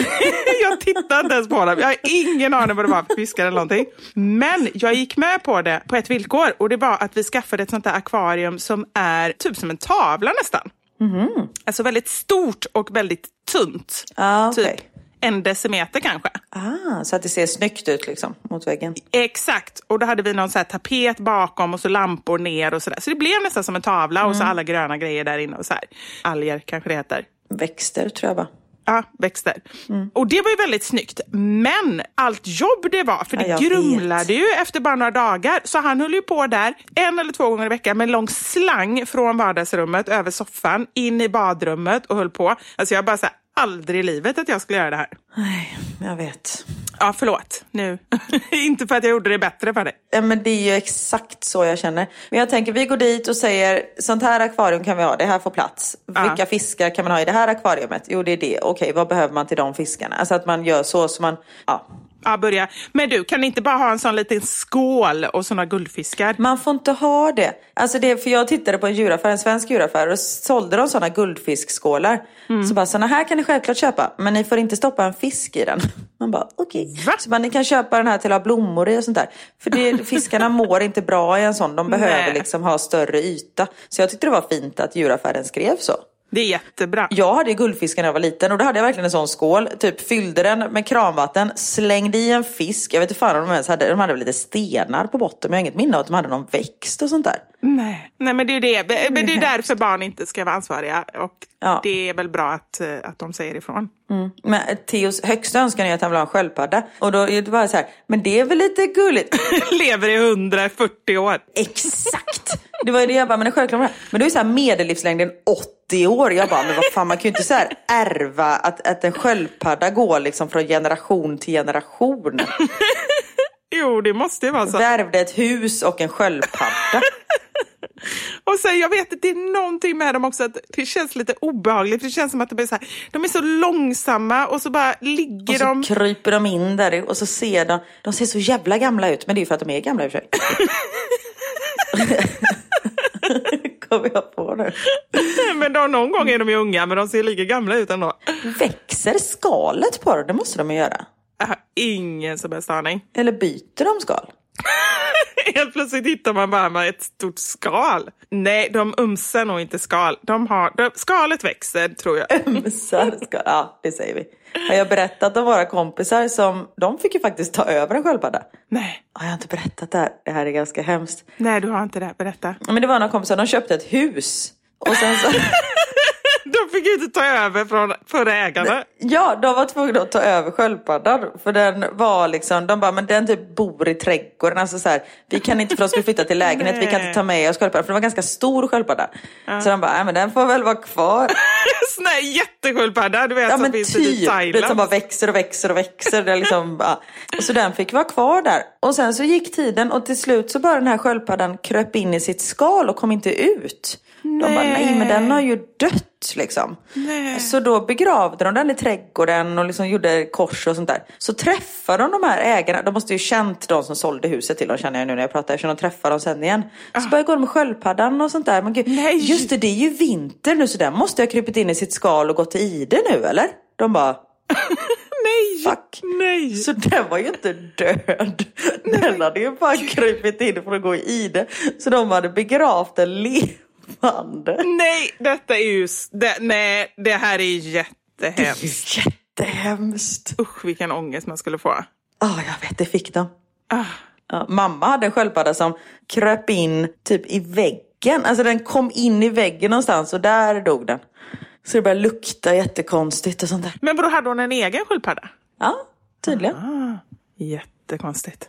Jag tittade inte ens på dem. Jag har ingen aning vad det var för fiskar eller någonting. Men jag gick med på det på ett villkor. Och det var att vi skaffade ett sånt där akvarium som är typ som en tavla nästan. Mm. Alltså väldigt stort och väldigt tunt. Ah, okay. Typ en decimeter kanske. Ah, så att det ser snyggt ut liksom mot väggen. Exakt. Och då hade vi någon så här tapet bakom och så lampor ner och sådär. Så det blev nästan som en tavla mm. och så alla gröna grejer där inne och så här. Alger kanske det heter. Växter tror jag bara. Ja, växter. Mm. Och det var ju väldigt snyggt. Men allt jobb det var, för det ja, grumlade vet. ju efter bara några dagar. Så han höll ju på där en eller två gånger i veckan med en lång slang från vardagsrummet över soffan in i badrummet och höll på. Alltså jag bara så här, aldrig i livet att jag skulle göra det här. Nej, jag vet. Ja, förlåt. Nu. Inte för att jag gjorde det bättre för dig. Ja, men det är ju exakt så jag känner. Men jag tänker, vi går dit och säger, sånt här akvarium kan vi ha, det här får plats. Ja. Vilka fiskar kan man ha i det här akvariumet? Jo, det är det. Okej, vad behöver man till de fiskarna? Alltså att man gör så som man, ja. Ja, börja. Men du, kan inte bara ha en sån liten skål och såna guldfiskar? Man får inte ha det. Alltså det, för jag tittade på en djuraffär, en svensk djuraffär, och sålde de såna guldfiskskålar. Mm. Så bara, såna här kan ni självklart köpa, men ni får inte stoppa en fisk i den. Man bara, okej. Okay. Så bara, ni kan köpa den här till att ha blommor i och sånt där. För det, fiskarna mår inte bra i en sån. De behöver Nej. liksom ha större yta. Så jag tyckte det var fint att djuraffären skrev så. Det är jättebra. Jag hade guldfiskar när jag var liten och då hade jag verkligen en sån skål. Typ fyllde den med kranvatten, slängde i en fisk. Jag vet inte fan om de ens hade, de hade väl lite stenar på botten. Men jag har inget minne av att de hade någon växt och sånt där. Nej, Nej men det är det. Men det är därför barn inte ska vara ansvariga. Och ja. det är väl bra att, att de säger ifrån. Mm. Men Theos högsta önskan är att han vill ha en sköldpadda. Och då är det bara så här, men det är väl lite gulligt. Lever i hundrafyrtio år. Exakt. Det var ju det jag bara, men det är självklart. Men då är så här medellivslängden åttio år. Jag bara, men vad fan, man kan ju inte så här ärva att, att en sköldpadda går liksom från generation till generation. Jo, det måste ju vara så. Värvde ett hus och en sköldpadda. Och sen, jag vet att det är någonting med dem också, att det känns lite obehagligt. För det känns som att de är så här, de är så långsamma och så bara ligger de. Och så de... kryper de in där och så ser de, de ser så jävla gamla ut. Men det är ju för att de är gamla i och för sig. Kommer jag på nu. Men då, någon gång är de ju unga, men de ser lika gamla ut ändå. Växer skalet på dem? Det måste de ju göra. Jag har ingen som helst aning. Eller byter de skal? Helt plötsligt hittar man bara med ett stort skal. Nej, de umsar nog inte skal. De har, de, skalet växer, tror jag. Umsar skal, ja, det säger vi. Har jag berättat om våra kompisar som, de fick ju faktiskt ta över en sköldpadda? Nej. Ja, jag har inte berättat det här. Det här är ganska hemskt. Nej, du har inte det. Berätta. Men det var några kompisar, de köpte ett hus. Och sen så... De fick ju inte ta över från förra ägarna. Ja, de var tvungna att ta över sköldpaddan. För den var liksom, de bara, men den typ bor i trädgården. Alltså så här, vi kan inte, för att skulle flytta till lägenhet, vi kan inte ta med oss sköldpaddan. För det var ganska stor sköldpadda. Ja. Så de bara, nej men den får väl vara kvar. Sån här jättesköldpadda, du vet, ja, som men finns typ, i Thailand. Det som bara växer och växer och växer. Det liksom, ja. Och så den fick vara kvar där. Och sen så gick tiden och till slut så bara den här sköldpaddan kröp in i sitt skal och kom inte ut. Nej. De bara, nej men den har ju dött liksom. Nej. Så då begravde de den i trädgården och liksom gjorde kors och sånt där. Så träffade de de här ägarna. De måste ju känt de som sålde huset till dem, känner jag nu när jag pratar. Så de träffade dem sen igen. Så började gå med sköldpaddan och sånt där. Men gud, nej. Just det, det är ju vinter nu, så den måste jag ha krypit in i sitt skal och gått till ide nu, eller? De bara... Nej, fuck. Nej. Så den var ju inte död. Nej. Den hade ju bara krypit in för att gå i ide. Så de hade begravt en levande. Nej, detta är ju... Det, nej, det här är jättehemskt. Det är jättehemskt. Usch, vilken ångest man skulle få. Ja, oh, jag vet, det fick de. Ah. Ja, mamma hade en sköldpadda som kröp in typ i väggen. Alltså den kom in i väggen någonstans och där dog den. Så det började lukta jättekonstigt och sånt där. Men vadå, hade hon en egen sköldpadda? Ja, tydligen. Ah, jättekonstigt.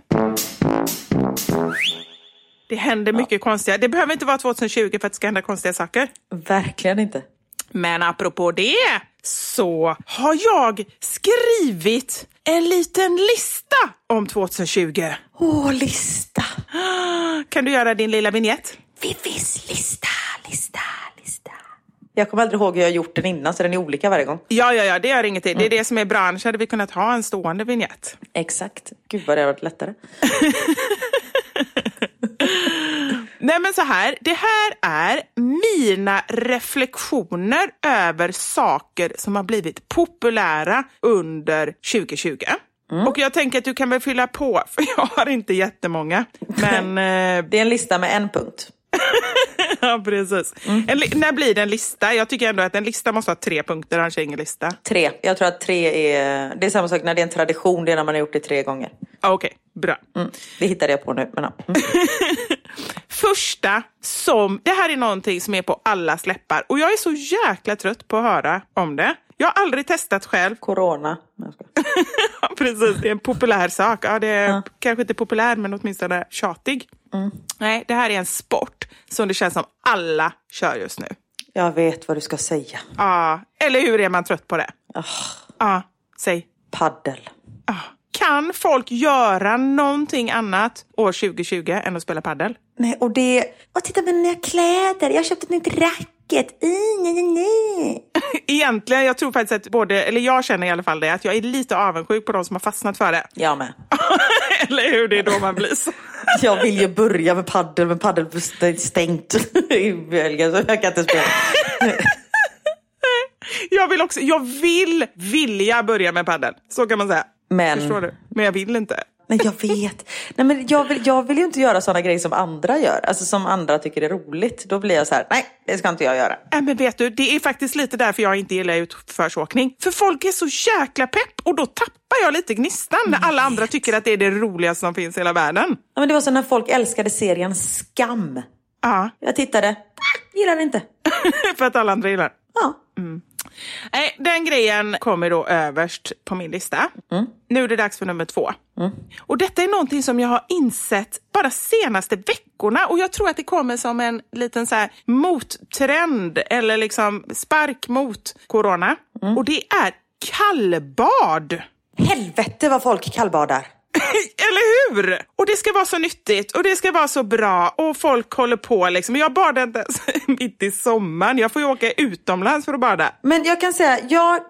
Det händer mycket ja. konstiga. Det behöver inte vara tjugohundratjugo för att det ska hända konstiga saker. Verkligen inte. Men apropå det så har jag skrivit en liten lista om tjugohundratjugo. Åh, oh, lista. Kan du göra din lilla vignett? Vivis lista, lista, lista. Jag kommer aldrig ihåg hur jag har gjort den innan, så den är olika varje gång. Ja, ja, ja, det gör ingenting. Det är det som är bra. Annars hade vi kunnat ha en stående vignett. Exakt. Gud vad det har varit lättare. Nej, men så här. Det här är mina reflektioner över saker som har blivit populära under tjugo tjugo. Mm. Och jag tänker att du kan väl fylla på, för jag har inte jättemånga. Men eh... det är en lista med en punkt. Ja, precis. Mm. En li- när blir det en lista? Jag tycker ändå att en lista måste ha tre punkter, annars är ingen lista. Tre. Jag tror att tre är... Det är samma sak när det är en tradition, det är när man har gjort det tre gånger. Okej, okay, bra. Mm. Det hittade jag på nu, men ja. Mm. Första som... Det här är någonting som är på alla släppar. Och jag är så jäkla trött på att höra om det. Jag har aldrig testat själv. Corona. Ja, precis. Det är en populär sak. Ja, det är ja. kanske inte populär, men åtminstone tjatig. Mm. Nej, det här är en sport som det känns som alla kör just nu. Jag vet vad du ska säga. Ja, eller hur är man trött på det? Oh. Ja, säg. Paddel. Ja. Kan folk göra någonting annat år tjugo tjugo än att spela paddel? Nej, och det... Och titta på mina kläder. Jag har köpt ett nytt racket. Mm, nej, nej, nej. Egentligen, jag tror faktiskt att både... Eller jag känner i alla fall det. Att jag är lite avundsjuk på de som har fastnat för det. Jag med. Eller hur, det är då man blir så. Jag vill ju börja med paddel. Men paddel är stängt i Belgien. Så jag kan inte spela. Jag vill också... Jag vill vilja börja med paddel. Så kan man säga. Men... Förstår du? Men jag vill inte. Nej, jag vet. Nej, men jag vill, jag vill ju inte göra sådana grejer som andra gör. Alltså som andra tycker är roligt. Då blir jag så här, nej, det ska inte jag göra. Nej, men vet du, det är faktiskt lite därför jag inte gillar utförsåkning. För folk är så jäkla pepp och då tappar jag lite gnistan när alla andra tycker att det är det roligaste som finns i hela världen. Ja, men det var så när folk älskade serien Skam. Ja. Jag tittade, gillade inte. För att alla andra gillar. Ja. Mm. Nej, den grejen kommer då överst på min lista. Mm. Nu är det dags för nummer två. Mm. Och detta är någonting som jag har insett bara senaste veckorna. Och jag tror att det kommer som en liten så här mottrend eller liksom spark mot corona. Mm. Och det är kallbad. Helvete vad folk kallbadar. Eller hur? Och det ska vara så nyttigt och det ska vara så bra och folk håller på liksom. Jag badar inte ens mitt i sommaren. Jag får ju åka utomlands för att bada. Men jag kan säga, jag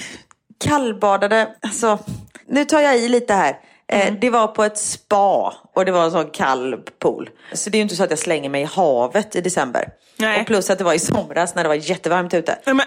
kallbadade, alltså, nu tar jag i lite här. Mm. Eh, det var på ett spa och det var en sån kall pool. Så det är ju inte så att jag slänger mig i havet i december. Nej. Och plus att det var i somras när det var jättevarmt ute. Men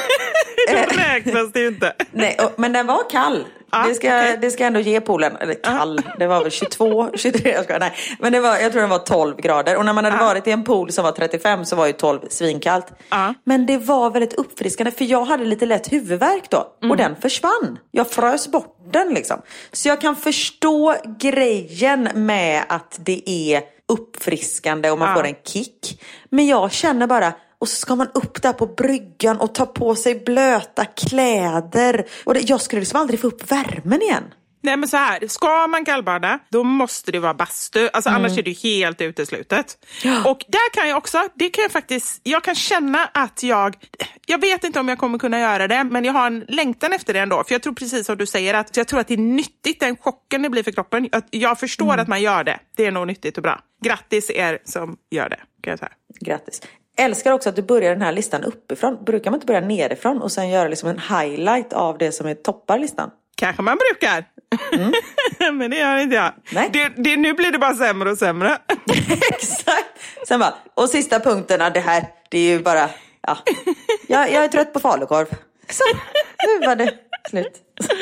det räknas det ju inte. Nej, och, men den var kall. Ah, det, ska, okay. det ska ändå ge poolen. Eller kall, ah. Det var väl tjugotvå, tjugotre, jag ska, nej. Men det var, jag tror den var tolv grader. Och när man hade ah. varit i en pool som var trettiofem så var ju tolv svinkallt. Ah. Men det var väldigt uppfriskande för jag hade lite lätt huvudvärk då. Mm. Och den försvann. Jag frös bort den liksom. Så jag kan förstå grejen med att det är uppfriskande och man ah. får en kick. Men jag känner bara... Och så ska man upp där på bryggan och ta på sig blöta kläder. Och det, jag skulle liksom aldrig få upp värmen igen. Nej, men så här, ska man kallbada, då måste det vara bastu. Alltså mm. annars är det helt uteslutet. Ja. Och där kan jag också, det kan jag faktiskt, jag kan känna att jag, jag vet inte om jag kommer kunna göra det, men jag har en längtan efter det ändå. För jag tror precis som du säger, att jag tror att det är nyttigt, den chocken det blir för kroppen. Att jag förstår mm. att man gör det. Det är nog nyttigt och bra. Grattis er som gör det, kan jag säga. Grattis. Älskar också att du börjar den här listan uppifrån. Brukar man inte börja nerifrån och sen göra liksom en highlight av det som är toppar listan? Kanske man brukar. Mm. Men det gör inte jag. Nej. Det, det, nu blir det bara sämre och sämre. Exakt. Sen bara, och sista punkterna, det här, det är ju bara, ja. Jag, jag är trött på falukorv. Så, nu var det slut.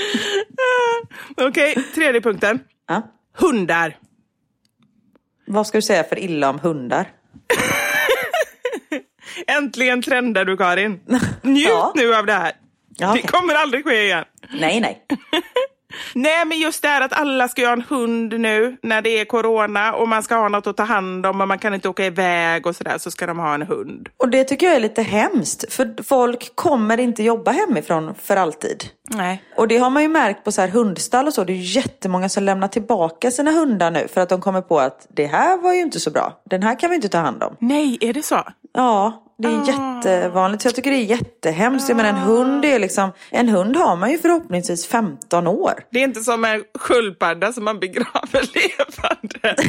Okej, okay, tredje punkten. Ja. Hundar. Vad ska du säga för illa om hundar? Äntligen trendar du, Karin. Njut ja. nu av det här. Ja, okay. Det kommer aldrig ske igen. Nej, nej. Nej, men just det här att alla ska ha en hund nu när det är corona och man ska ha något att ta hand om och man kan inte åka iväg och sådär, så ska de ha en hund. Och det tycker jag är lite hemskt, för folk kommer inte jobba hemifrån för alltid. Nej. Och det har man ju märkt på så här hundstall och så. Det är ju jättemånga som lämnar tillbaka sina hundar nu för att de kommer på att det här var ju inte så bra. Den här kan vi inte ta hand om. Nej, är det så? Ja, Det är Ah. jättevanligt. Så jag tycker det är jättehemskt. Ah. Men en hund är liksom, en hund har man ju förhoppningsvis femton år. Det är inte som en sköldpadda som man begraver levande.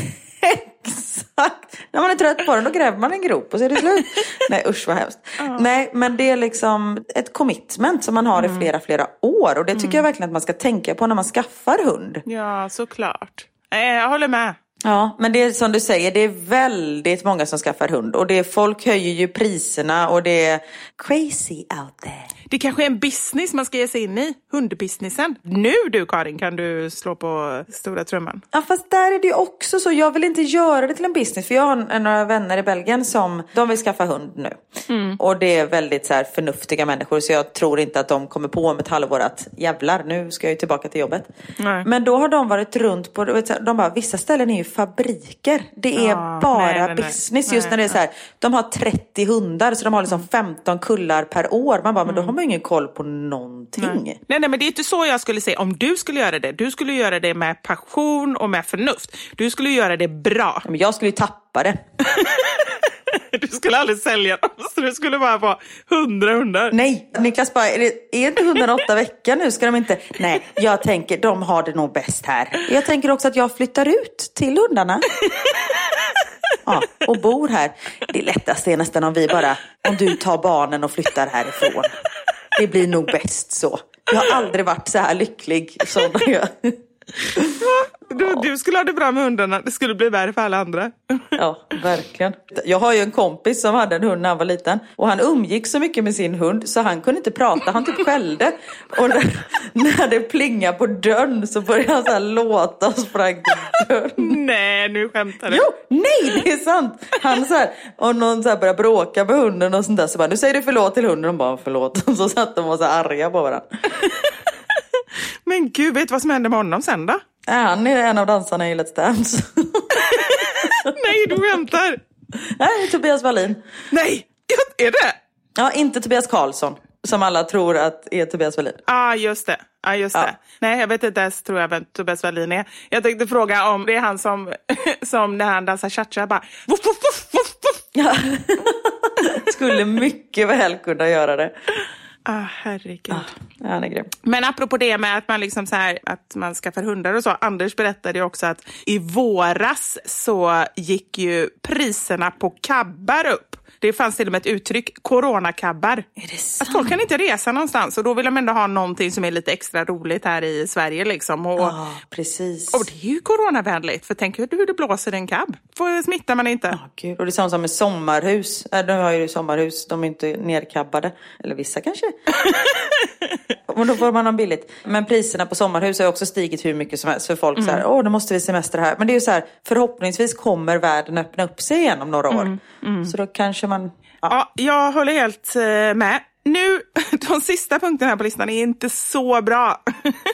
Exakt. När man är trött på den, då gräver man en grop och så är det slut. Nej, usch vad hemskt. Ah. Nej, men det är liksom ett commitment som man har mm. i flera, flera år. Och det tycker mm. jag verkligen att man ska tänka på när man skaffar hund. Ja, såklart. Jag håller med. Ja, men det är som du säger, det är väldigt många som skaffar hund. Och det är, folk höjer ju priserna och det är crazy out there. Det kanske är en business man ska ge sig in i, hundbusinessen. Nu du Karin, kan du slå på stora trumman. Ja, fast där är det ju också så. Jag vill inte göra det till en business. För jag har några vänner i Belgien som, de vill skaffa hund nu. Mm. Och det är väldigt så här förnuftiga människor. Så jag tror inte att de kommer på om ett halvår att jävlar, nu ska jag ju tillbaka till jobbet. Nej. Men då har de varit runt på, de bara, vissa ställen är ju fabriker. Det är ja, bara nej, nej, business. Nej, just när det är så här, de har trettio hundar så de har liksom femton kullar per år. Man bara, men då har man ju ingen koll på någonting. Nej. nej, nej, men det är inte så jag skulle säga. Om du skulle göra det, du skulle göra det med passion och med förnuft. Du skulle göra det bra. Men jag skulle ju tappa det. Du skulle aldrig sälja dem, så du skulle bara få hundra hundar. Nej, Niklas bara, är det är inte hundraåtta veckor nu? Ska de inte? Nej, jag tänker, de har det nog bäst här. Jag tänker också att jag flyttar ut till hundarna. Ja, och bor här. Det lättaste är nästan om vi bara, om du tar barnen och flyttar härifrån. Det blir nog bäst så. Jag har aldrig varit så här lycklig som jag. Du, du skulle ha det bra med hundarna. Det skulle bli värre för alla andra. Ja, verkligen. Jag har ju en kompis som hade en hund när han var liten. Och han umgick så mycket med sin hund så han kunde inte prata. Han typ skällde. Och när, när det plingade på dörren så började han så här låta och sprang till dörren. Nej, nu skämtar du. Jo, nej, det är sant. Han så här, och någon så här började bråka med hunden och sånt där. Så bara, nu säger du förlåt till hunden. Och bara, förlåt. Och så satt de och så arga på varandra. Men gud, vet du vad som hände med honom sen då? Ja, han är en av dansarna i Let's Dance. Nej, du skämtar. Nej, Tobias Wallin. Nej, är det? Ja, inte Tobias Karlsson. Som alla tror att är Tobias Wallin. Ja, ah, just det. Ja, ah, just ja. det. Nej, jag vet inte ens, tror jag vem Tobias Wallin är. Jag tänkte fråga om det är han som, som när han dansar cha-cha bara... Wuff, wuff, wuff, wuff. Ja. Skulle mycket väl kunna göra det. Ah, herregud. Ah, han är grym. Men apropå det med att man liksom så här, att man skaffar hundar och så. Anders berättade ju också att i våras så gick ju priserna på kabbar upp. Det fanns till och med ett uttryck, coronakabbar. Är det sant? Att folk kan inte resa någonstans och då vill de ändå ha någonting som är lite extra roligt här i Sverige liksom. Och, ja, precis. Och det är ju coronavänligt, för tänk hur det blåser en kabb. Får smittar man inte. Ja, gud. Och det är samma som med sommarhus. Äh, de har ju sommarhus, de är inte nerkabbade. Eller vissa kanske. Och då får man dem billigt. Men priserna på sommarhus har också stigit hur mycket som helst för folk. Mm. Så här, åh, då måste vi semester här. Men det är ju så här, förhoppningsvis kommer världen öppna upp sig igen om några år. Mm. Mm. Så då kanske man... Ja, ja jag håller helt uh, med. Nu, de sista punkterna här på listan är inte så bra.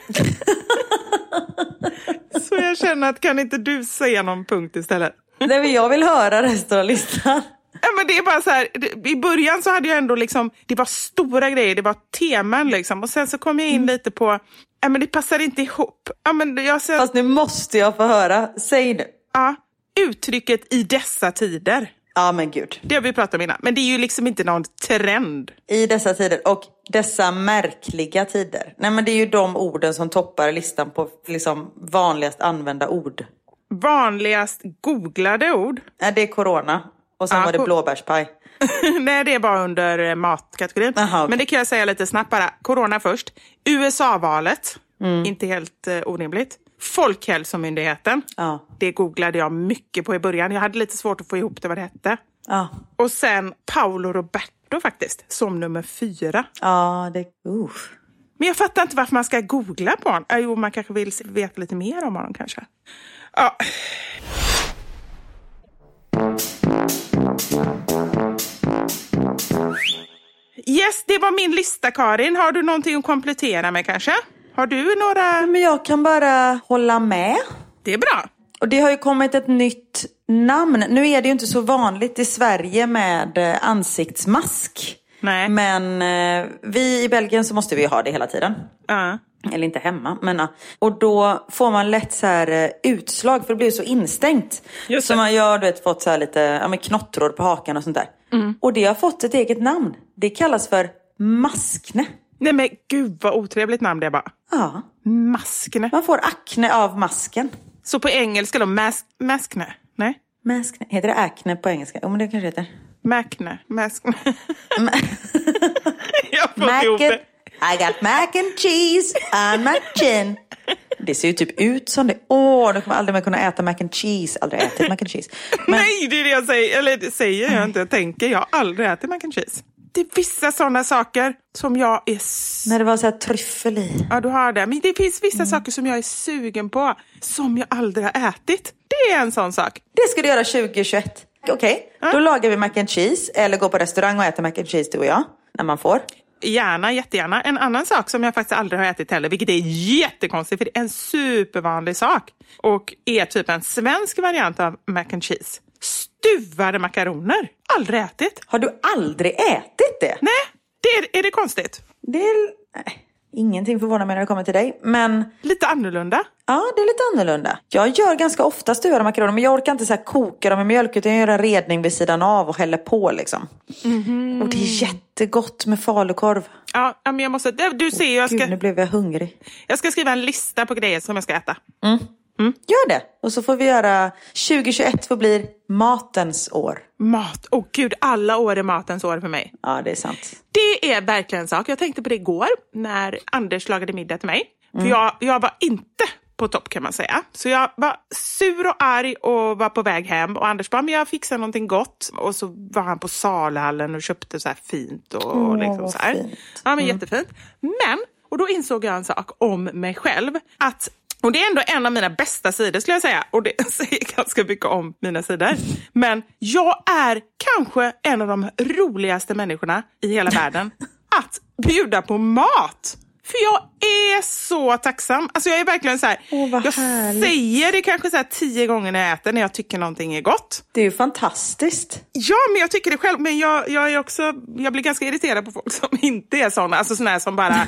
Så jag känner att kan inte du säga någon punkt istället? Nej, men jag vill höra resten av listan. Ja, men det är bara så här, i början så hade jag ändå liksom, det var stora grejer, det var teman liksom. Och sen så kom jag in mm. lite på, ja men det passar inte ihop. Ja, men jag ser... Fast nu måste jag få höra, säg nu. Ja, uttrycket i dessa tider. Ja men gud. Det har vi pratat om innan, men det är ju liksom inte någon trend. I dessa tider och dessa märkliga tider. Nej men det är ju de orden som toppar listan på liksom vanligast använda ord. Vanligast googlade ord? Nej, det är corona. Och sen ah, var det blåbärspaj. Nej, det är bara under matkategorin. Aha, okay. Men det kan jag säga lite snabbt bara. Corona först. U S A-valet. Mm. Inte helt uh, orimligt. Folkhälsomyndigheten. Ja. Det googlade jag mycket på i början. Jag hade lite svårt att få ihop det vad det hette. Ja. Och sen Paolo Roberto faktiskt. Som nummer fyra. Ja, det... Uh. Men jag fattar inte varför man ska googla på honom. Jo, man kanske vill veta lite mer om honom kanske. Ja... Yes, det var min lista, Karin. Har du någonting att komplettera med kanske? Har du några... Men jag kan bara hålla med. Det är bra. Och det har ju kommit ett nytt namn. Nu är det ju inte så vanligt i Sverige med ansiktsmask. Nej. Men eh, vi i Belgien så måste vi ju ha det hela tiden. Uh. Eller inte hemma, men ja. Och då får man lätt så här utslag för det blir så instängt. Så man gör, du vet, fått så här lite ja, men knottror på hakan och sånt där. Mm. Och det har fått ett eget namn. Det kallas för maskne. Nej men gud vad otrevligt namn det är bara. Ja. Maskne. Man får akne av masken. Så på engelska då, mas- maskne? Nej? Maskne. Heter det akne på engelska? Jo, men det kanske heter. Mackne. Maskne. Ma- Jag har fått ihop det. I got mac and cheese on my chin. Det ser ju typ ut som det. Åh, då kommer jag aldrig mer kunna äta mac and cheese. Aldrig ätit mac and cheese. Men... Nej, det är det jag säger. Eller det säger jag inte. Jag tänker, jag har aldrig ätit mac and cheese. Det är vissa sådana saker som jag är... S- När det var så här tryffel i. Ja, du har det. Men det finns vissa mm. saker som jag är sugen på. Som jag aldrig har ätit. Det är en sån sak. Det ska du göra tjugo tjugoett. Okej, okay. Ja. Då lagar vi mac and cheese. Eller går på restaurang och äter mac and cheese, du och jag. När man får. Gärna, jättegärna. En annan sak som jag faktiskt aldrig har ätit heller, vilket är jättekonstigt, för det är en supervanlig sak. Och är typ en svensk variant av mac and cheese. Stuvade makaroner. Aldrig ätit. Har du aldrig ätit det? Nej, det är, är det konstigt? Det är... Nej, ingenting förvånar mig när det kommer till dig. Men... Lite annorlunda. Ja, det är lite annorlunda. Jag gör ganska ofta stuvade makaroner, men jag orkar inte så här koka dem i mjölk, utan jag gör en redning vid sidan av och häller på liksom. Mm-hmm. Och det är jättegott med falukorv. Ja, men jag måste... Du ser, jag ska... Gud, nu blev jag hungrig. Jag ska skriva en lista på grejer som jag ska äta. Mm. Mm. Gör det. Och så får vi göra... tjugo tjugoett får bli matens år. Mat. Åh oh, gud, alla år är matens år för mig. Ja, det är sant. Det är verkligen en sak. Jag tänkte på det igår när Anders lagade middag till mig. Mm. För jag, jag var inte på topp kan man säga. Så jag var sur och arg och var på väg hem. Och Anders bara, men jag fixar någonting gott. Och så var han på Salhallen och köpte så här fint. Och, oh, liksom så här. Fint. Ja, men mm. jättefint. Men, och då insåg jag en sak om mig själv. Att... Och det är ändå en av mina bästa sidor skulle jag säga. Och det säger ganska mycket om mina sidor. Men jag är kanske en av de roligaste människorna i hela världen att bjuda på mat. För jag är så tacksam. Alltså jag är verkligen så här. Åh, vad jag härligt. säger det kanske så här tio gånger när jag äter när jag tycker någonting är gott. Det är ju fantastiskt. Ja, men jag tycker det själv. Men jag, jag är också, jag blir ganska irriterad på folk som inte är såna. Alltså såna här som bara,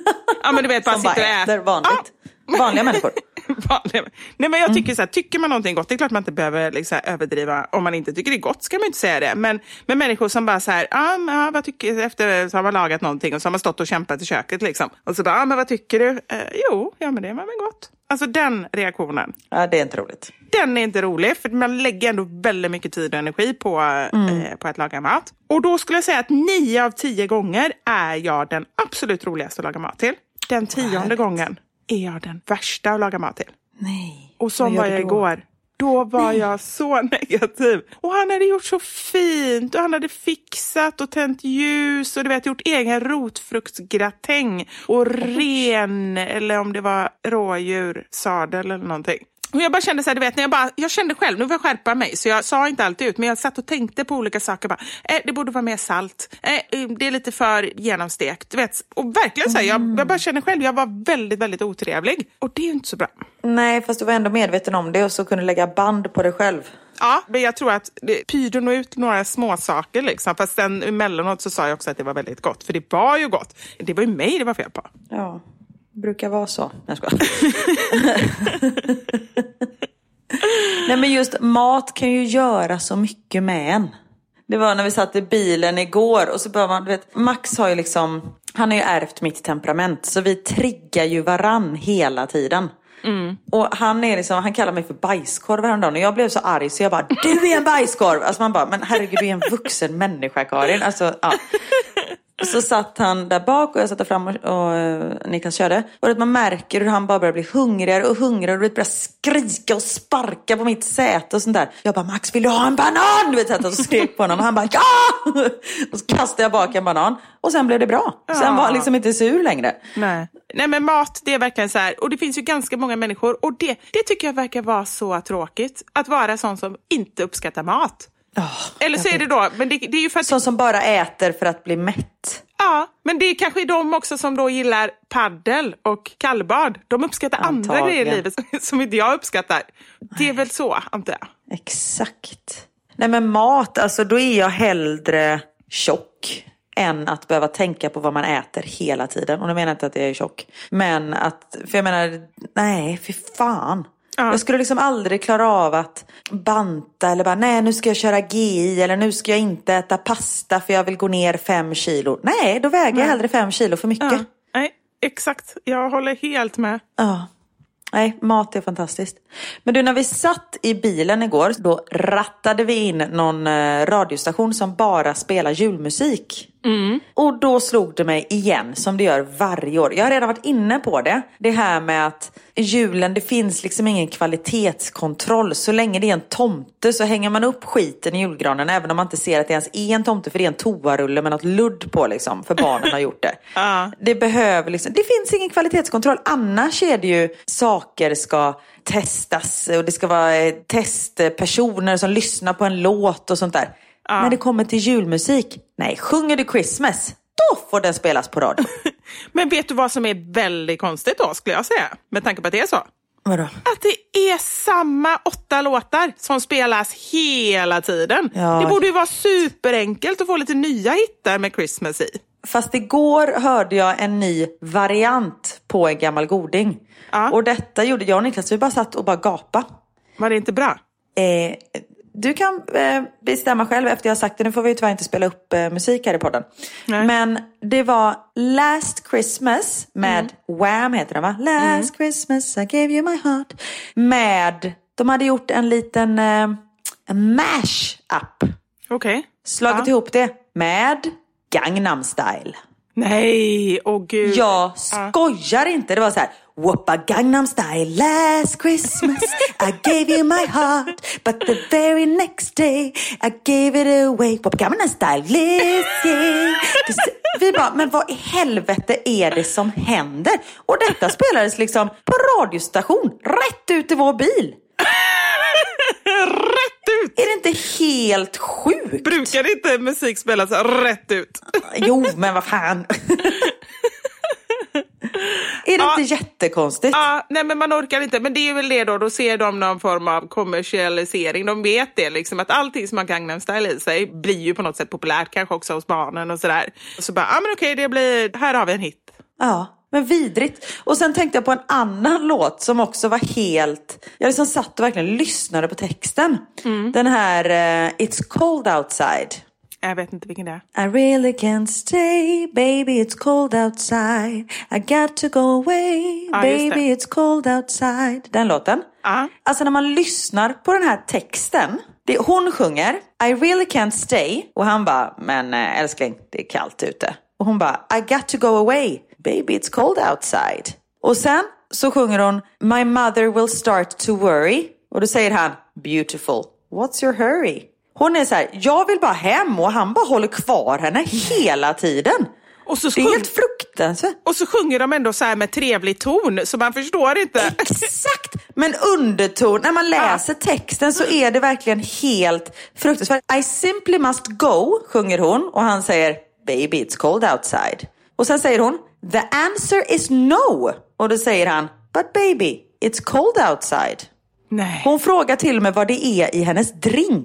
ja men du vet, bara som sitter bara och äter äter. vanligt. Ja. Vanliga människor. Vanliga. Nej, men jag tycker så här, tycker man någonting gott, det är klart man inte behöver liksom överdriva. Om man inte tycker det är gott ska man inte säga det. Men med människor som bara så här, ah, men, ah, vad tycker du? Efter så har man lagat någonting och så har man stått och kämpat i köket liksom. Och så bara, ah, men vad tycker du? Eh, jo, ja men det var väl gott. Alltså den reaktionen. Ja, det är inte roligt. Den är inte rolig, för man lägger ändå väldigt mycket tid och energi på, mm. eh, på att laga mat. Och då skulle jag säga att nio av tio gånger är jag den absolut roligaste att laga mat till. Den tionde gången är jag den värsta att laga mat till. Nej. Och som var jag igår. Då var Nej. jag så negativ. Och han hade gjort så fint. Och han hade fixat och tänt ljus. Och du vet, gjort egen rotfruktsgratäng. Och ren, eller om det var rådjur, sadel eller någonting. Och jag bara kände så här, du vet, när jag bara, jag kände själv, nu får jag skärpa mig. Så jag sa inte alltid ut, men jag satt och tänkte på olika saker. Bara, eh, det borde vara mer salt. Eh, det är lite för genomstekt, du vet. Och verkligen så här, jag, jag bara kände själv, jag var väldigt, väldigt otrevlig. Och det är ju inte så bra. Nej, fast du var ändå medveten om det och så kunde lägga band på dig själv. Ja, men jag tror att det pyr nog ut några små saker liksom. Fast sen emellanåt så sa jag också att det var väldigt gott. För det var ju gott. Det var ju mig det var fel på. Ja, det brukar vara så. Jag ska. Nej, men just mat kan ju göra så mycket med en. Det var när vi satt i bilen igår och så började man, du vet, Max har ju liksom, han har ju ärvt mitt temperament. Så vi triggar ju varann hela tiden. Mm. Och han är liksom, han kallar mig för bajskorv häromdagen. Och jag blev så arg så jag bara, du är en bajskorv. Alltså man bara, men herregud, du är en vuxen människa, Karin. Alltså, ja. Och så satt han där bak och jag satt där fram och, och uh, Niklas körde. Och att man märker hur han bara börjar bli hungrigare och hungrigare. Och börjar skrika och sparka på mitt säte och sånt där. Jag bara, Max, vill du ha en banan? Du vet, så och skrek på honom. Och han bara, ja! Och så kastade jag bak en banan. Och sen blev det bra. Sen ja. var han liksom inte sur längre. Nej. Nej, men mat, det är verkligen så här. Och det finns ju ganska många människor. Och det, det tycker jag verkar vara så tråkigt. Att vara sån som inte uppskattar mat. Oh, Eller så är det då, men det, det är ju för att... Så som bara äter för att bli mätt. Ja, men det är kanske de också som då gillar paddel och kallbad. De uppskattar Antagligen. andra grejer i livet som inte jag uppskattar. Det är väl så, antar jag. Exakt. Nej, men mat, alltså då är jag hellre tjock än att behöva tänka på vad man äter hela tiden. Och då menar jag inte att jag är tjock. Men att, för jag menar, nej, fy fan. Ja. Jag skulle liksom aldrig klara av att banta eller bara, nej nu ska jag köra G I eller nu ska jag inte äta pasta för jag vill gå ner fem kilo. Nej, då väger nej. jag hellre fem kilo för mycket. Ja. Nej, exakt. Jag håller helt med. Ja. Nej, mat är fantastiskt. Men du, när vi satt i bilen igår, då rattade vi in någon eh, radiostation som bara spelar julmusik. Mm. Och då slog det mig igen, som det gör varje år. Jag har redan varit inne på det. Det här med att julen, det finns liksom ingen kvalitetskontroll. Så länge det är en tomte så hänger man upp skiten i julgranen. Även om man inte ser att det ens är en tomte, för det är en toarulle med något ludd på liksom. För barnen har gjort det. uh. Det behöver liksom, det finns ingen kvalitetskontroll. Annars är det ju saker ska testas. Och det ska vara testpersoner som lyssnar på en låt och sånt där. Ja. När det kommer till julmusik, nej, sjunger du Christmas, då får den spelas på radio. Men vet du vad som är väldigt konstigt då, skulle jag säga, med tanke på att det är så? Vadå? Att det är samma åtta låtar som spelas hela tiden. Ja. Det borde ju vara superenkelt att få lite nya hittar med Christmas i. Fast igår hörde jag en ny variant på en gammal goding. Ja. Och detta gjorde jag och Niklas, vi bara satt och bara gapa. Var det inte bra? Eh... Du kan eh, bestämma själv efter jag har sagt det. Nu får vi ju tyvärr inte spela upp eh, musik här i podden. Nej. Men det var Last Christmas med mm. Wham heter den va? Last mm. Christmas I gave you my heart. Med, de hade gjort en liten eh, mash-up. Okej. Okay. Slagit ja. ihop det med Gangnam Style. Nej, åh oh gud. Jag skojar ja. inte, det var så här. Whoppa Gangnam Style last Christmas I gave you my heart but the very next day I gave it away. Whoppa Gangnam Style listen. Vi bara, men vad i helvete är det som händer? Och detta spelades liksom på radiostation rätt ut i vår bil. Rätt ut! Är det inte helt sjukt? Brukar inte musik spelas rätt ut? Jo, men vad fan. Är det ja. inte jättekonstigt? Ja, nej men man orkar inte. Men det är väl det då, då ser de någon form av kommersialisering. De vet det liksom, att allting som har Gangnam Style i sig blir ju på något sätt populärt, kanske också hos barnen och sådär. Och så bara, ja men okej, det blir, här har vi en hit. Ja, men vidrigt. Och sen tänkte jag på en annan låt som också var helt... Jag liksom satt och verkligen lyssnade på texten. Mm. Den här uh, It's Cold Outside. Jag vet inte vilken det är. I really can't stay, baby it's cold outside. I got to go away, ah, baby it's cold outside. Den låten. Ah. Alltså när man lyssnar på den här texten. Det, hon sjunger I really can't stay. Och han bara, men älskling, det är kallt ute. Och hon bara, I got to go away, baby it's cold outside. Och sen så sjunger hon My mother will start to worry. Och då säger han, beautiful, what's your hurry? Hon är så här, jag vill bara hem, och han bara håller kvar henne hela tiden. Och så det är helt fruktansvärt. Och så sjunger de ändå så här med trevlig ton, så man förstår inte. Exakt, men underton, när man läser texten så är det verkligen helt fruktansvärt. I simply must go, sjunger hon, och han säger, baby it's cold outside. Och sen säger hon, the answer is no. Och då säger han, but baby it's cold outside. Nej. Hon frågar till och med vad det är i hennes drink.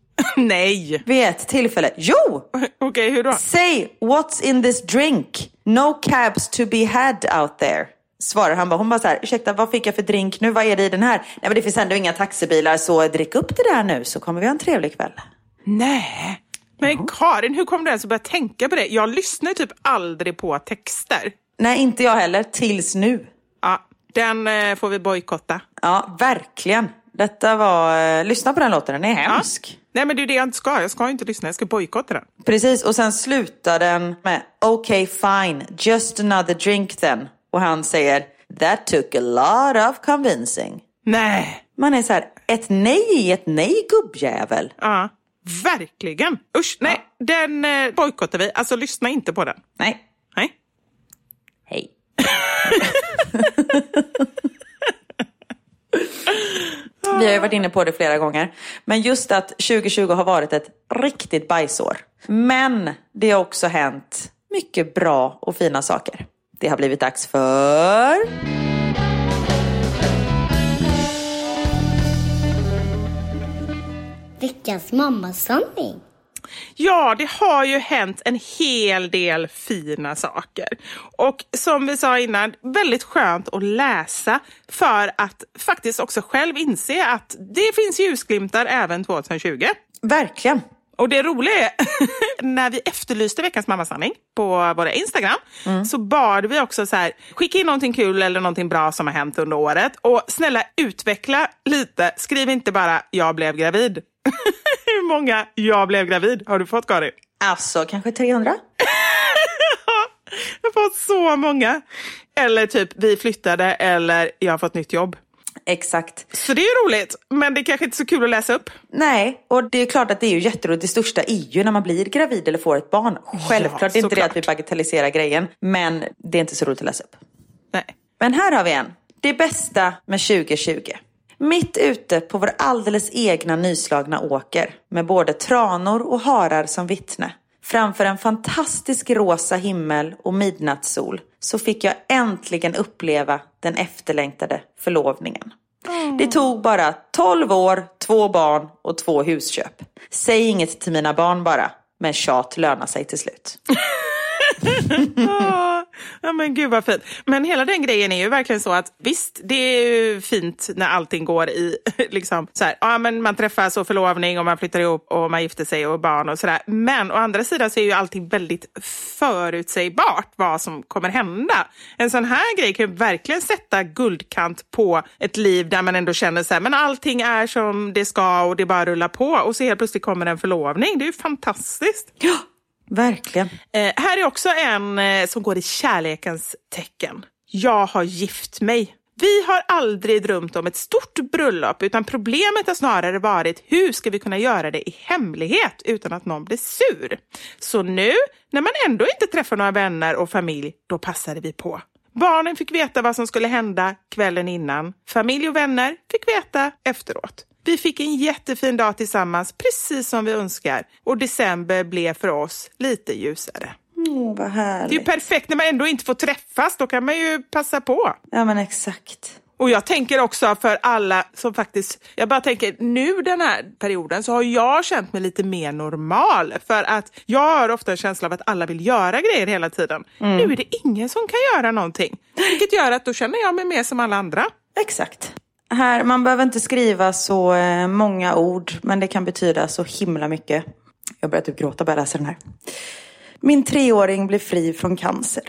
Nej. Vid ett tillfälle. Jo! Okej, okay, hur då? Say, what's in this drink? No cabs to be had out there. Svarar han bara. Hon bara så här, ursäkta, vad fick jag för drink nu? Vad är det i den här? Nej, men det finns ändå inga taxibilar, så drick upp det där nu, så kommer vi ha en trevlig kväll. Nej. Men Karin, hur kom du ens att börja tänka på det? Jag lyssnar typ aldrig på texter. Nej, inte jag heller, tills nu. Ja, den eh, får vi bojkotta. Ja, verkligen. Detta var... Eh, lyssna på den låten, den är hemsk. Ja. Nej, men det är det jag inte ska. Jag ska inte lyssna, jag ska bojkotta den. Precis, och sen slutar den med okay, fine, just another drink then. Och han säger, that took a lot of convincing. Nej. Man är så här, ett nej är ett nej, gubbjävel. Ja, verkligen. Usch, nej, ja. Den eh, bojkottar vi. Alltså, lyssna inte på den. Nej. Nej. Hej. Vi har ju varit inne på det flera gånger. Men just att tjugo tjugo har varit ett riktigt bajsår. Men det har också hänt mycket bra och fina saker. Det har blivit dags för... Veckans mammasanning. Ja, det har ju hänt en hel del fina saker. Och som vi sa innan, väldigt skönt att läsa för att faktiskt också själv inse att det finns ljusglimtar även tjugohundratjugo. Verkligen. Och det roliga är, när vi efterlyste veckans mammasanning på våra Instagram mm. så bad vi också så här, skicka in någonting kul eller någonting bra som har hänt under året. Och snälla, utveckla lite. Skriv inte bara, jag blev gravid. Hur många jag blev gravid har du fått, Karin? Alltså, kanske trehundra? Jag har fått så många. Eller typ, vi flyttade eller jag har fått nytt jobb. Exakt. Så det är ju roligt, men det är kanske inte så kul att läsa upp. Nej, och det är klart att det är ju jätteroligt. Det största är ju när man blir gravid eller får ett barn. Självklart ja, är inte det att vi bagatelliserar grejen, men det är inte så roligt att läsa upp. Nej. Men här har vi en. Det bästa med tjugohundratjugo. Mitt ute på vår alldeles egna nyslagna åker med både tranor och harar som vittne. Framför en fantastisk rosa himmel och midnattssol så fick jag äntligen uppleva den efterlängtade förlovningen. Mm. Det tog bara tolv år, två barn och två husköp. Säg inget till mina barn bara, men tjat lönar sig till slut. Ja men gud vad fint. Men hela den grejen är ju verkligen så att visst, det är ju fint när allting går i liksom så här, ja men man träffas och förlovning och man flyttar ihop och man gifter sig och barn och sådär. Men å andra sidan så är ju allting väldigt förutsägbart vad som kommer hända. En sån här grej kan ju verkligen sätta guldkant på ett liv där man ändå känner så här, men allting är som det ska och det bara rullar på och så helt plötsligt kommer en förlovning. Det är ju fantastiskt. Ja. Verkligen. Eh, här är också en eh, som går i kärlekens tecken. Jag har gift mig. Vi har aldrig drömt om ett stort bröllop utan problemet har snarare varit hur ska vi kunna göra det i hemlighet utan att någon blir sur. Så nu, när man ändå inte träffar några vänner och familj, då passade vi på. Barnen fick veta vad som skulle hända kvällen innan. Familj och vänner fick veta efteråt. Vi fick en jättefin dag tillsammans, precis som vi önskar. Och december blev för oss lite ljusare. Åh, vad härligt. Det är ju perfekt när man ändå inte får träffas. Då kan man ju passa på. Ja, men exakt. Och jag tänker också för alla som faktiskt... Jag bara tänker, nu den här perioden så har jag känt mig lite mer normal. För att jag har ofta en känsla av att alla vill göra grejer hela tiden. Mm. Nu är det ingen som kan göra någonting. Vilket gör att då känner jag mig mer som alla andra. Exakt. Här, man behöver inte skriva så eh, många ord, men det kan betyda så himla mycket. Jag börjar typ gråta bara läsa den här. Min treåring blir fri från cancer.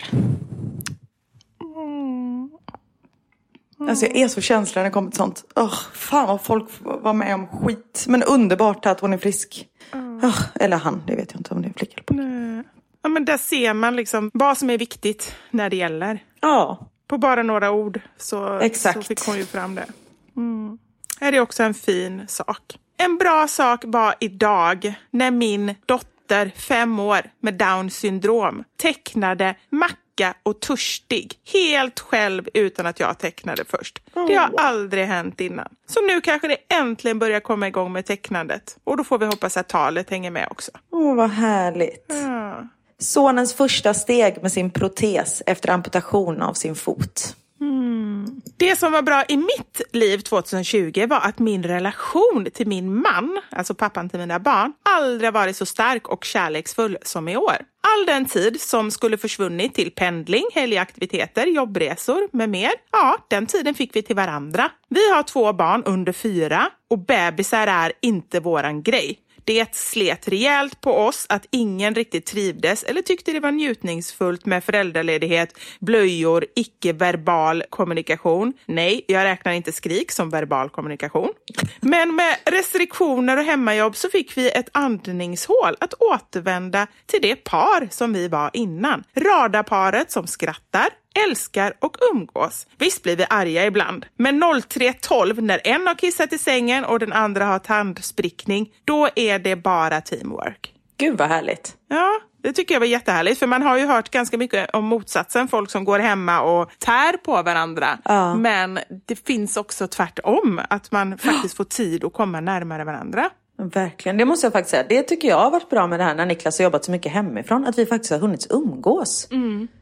Mm. Mm. Alltså jag är så känslig när det kommer till sånt. Oh, fan vad folk var med om skit. Men underbart att hon är frisk. Mm. Oh, eller han, det vet jag inte om det är flicka eller pojke. Ja, men där ser man liksom vad som är viktigt när det gäller. Ja. På bara några ord så, så fick hon ju fram det. Mm. Här är också en fin sak. En bra sak var idag när min dotter, fem år, med Down syndrom tecknade Macka och Törstig helt själv utan att jag tecknade först. Det har aldrig hänt innan. Så nu kanske det äntligen börjar komma igång med tecknandet. Och då får vi hoppas att talet hänger med också. Åh, vad härligt. Ja. Sonens första steg med sin protes efter amputation av sin fot. Mm. Det som var bra i mitt liv tjugohundratjugo var att min relation till min man, alltså pappan till mina barn, aldrig varit så stark och kärleksfull som i år. All den tid som skulle försvunnit till pendling, helgaktiviteter, jobbresor med mer, ja, den tiden fick vi till varandra. Vi har två barn under fyra och bebisar är inte våran grej. Det slet rejält på oss att ingen riktigt trivdes eller tyckte det var njutningsfullt med föräldraledighet, blöjor, icke-verbal kommunikation. Nej, jag räknar inte skrik som verbal kommunikation. Men med restriktioner och hemmajobb så fick vi ett andningshål att återvända till det par som vi var innan. Radarparet som skrattar, älskar och umgås. Visst blir vi arga ibland. Men noll tre tolv när en har kissat i sängen och den andra har tandsprickning, då är det bara teamwork. Gud vad härligt. Ja, det tycker jag var jättehärligt. För man har ju hört ganska mycket om motsatsen. Folk som går hemma och tär på varandra. Ja. Men det finns också tvärtom. Att man faktiskt får tid att komma närmare varandra. Verkligen, det måste jag faktiskt säga. Det tycker jag har varit bra med det här när Niklas har jobbat så mycket hemifrån. Att vi faktiskt har hunnit umgås. Mm.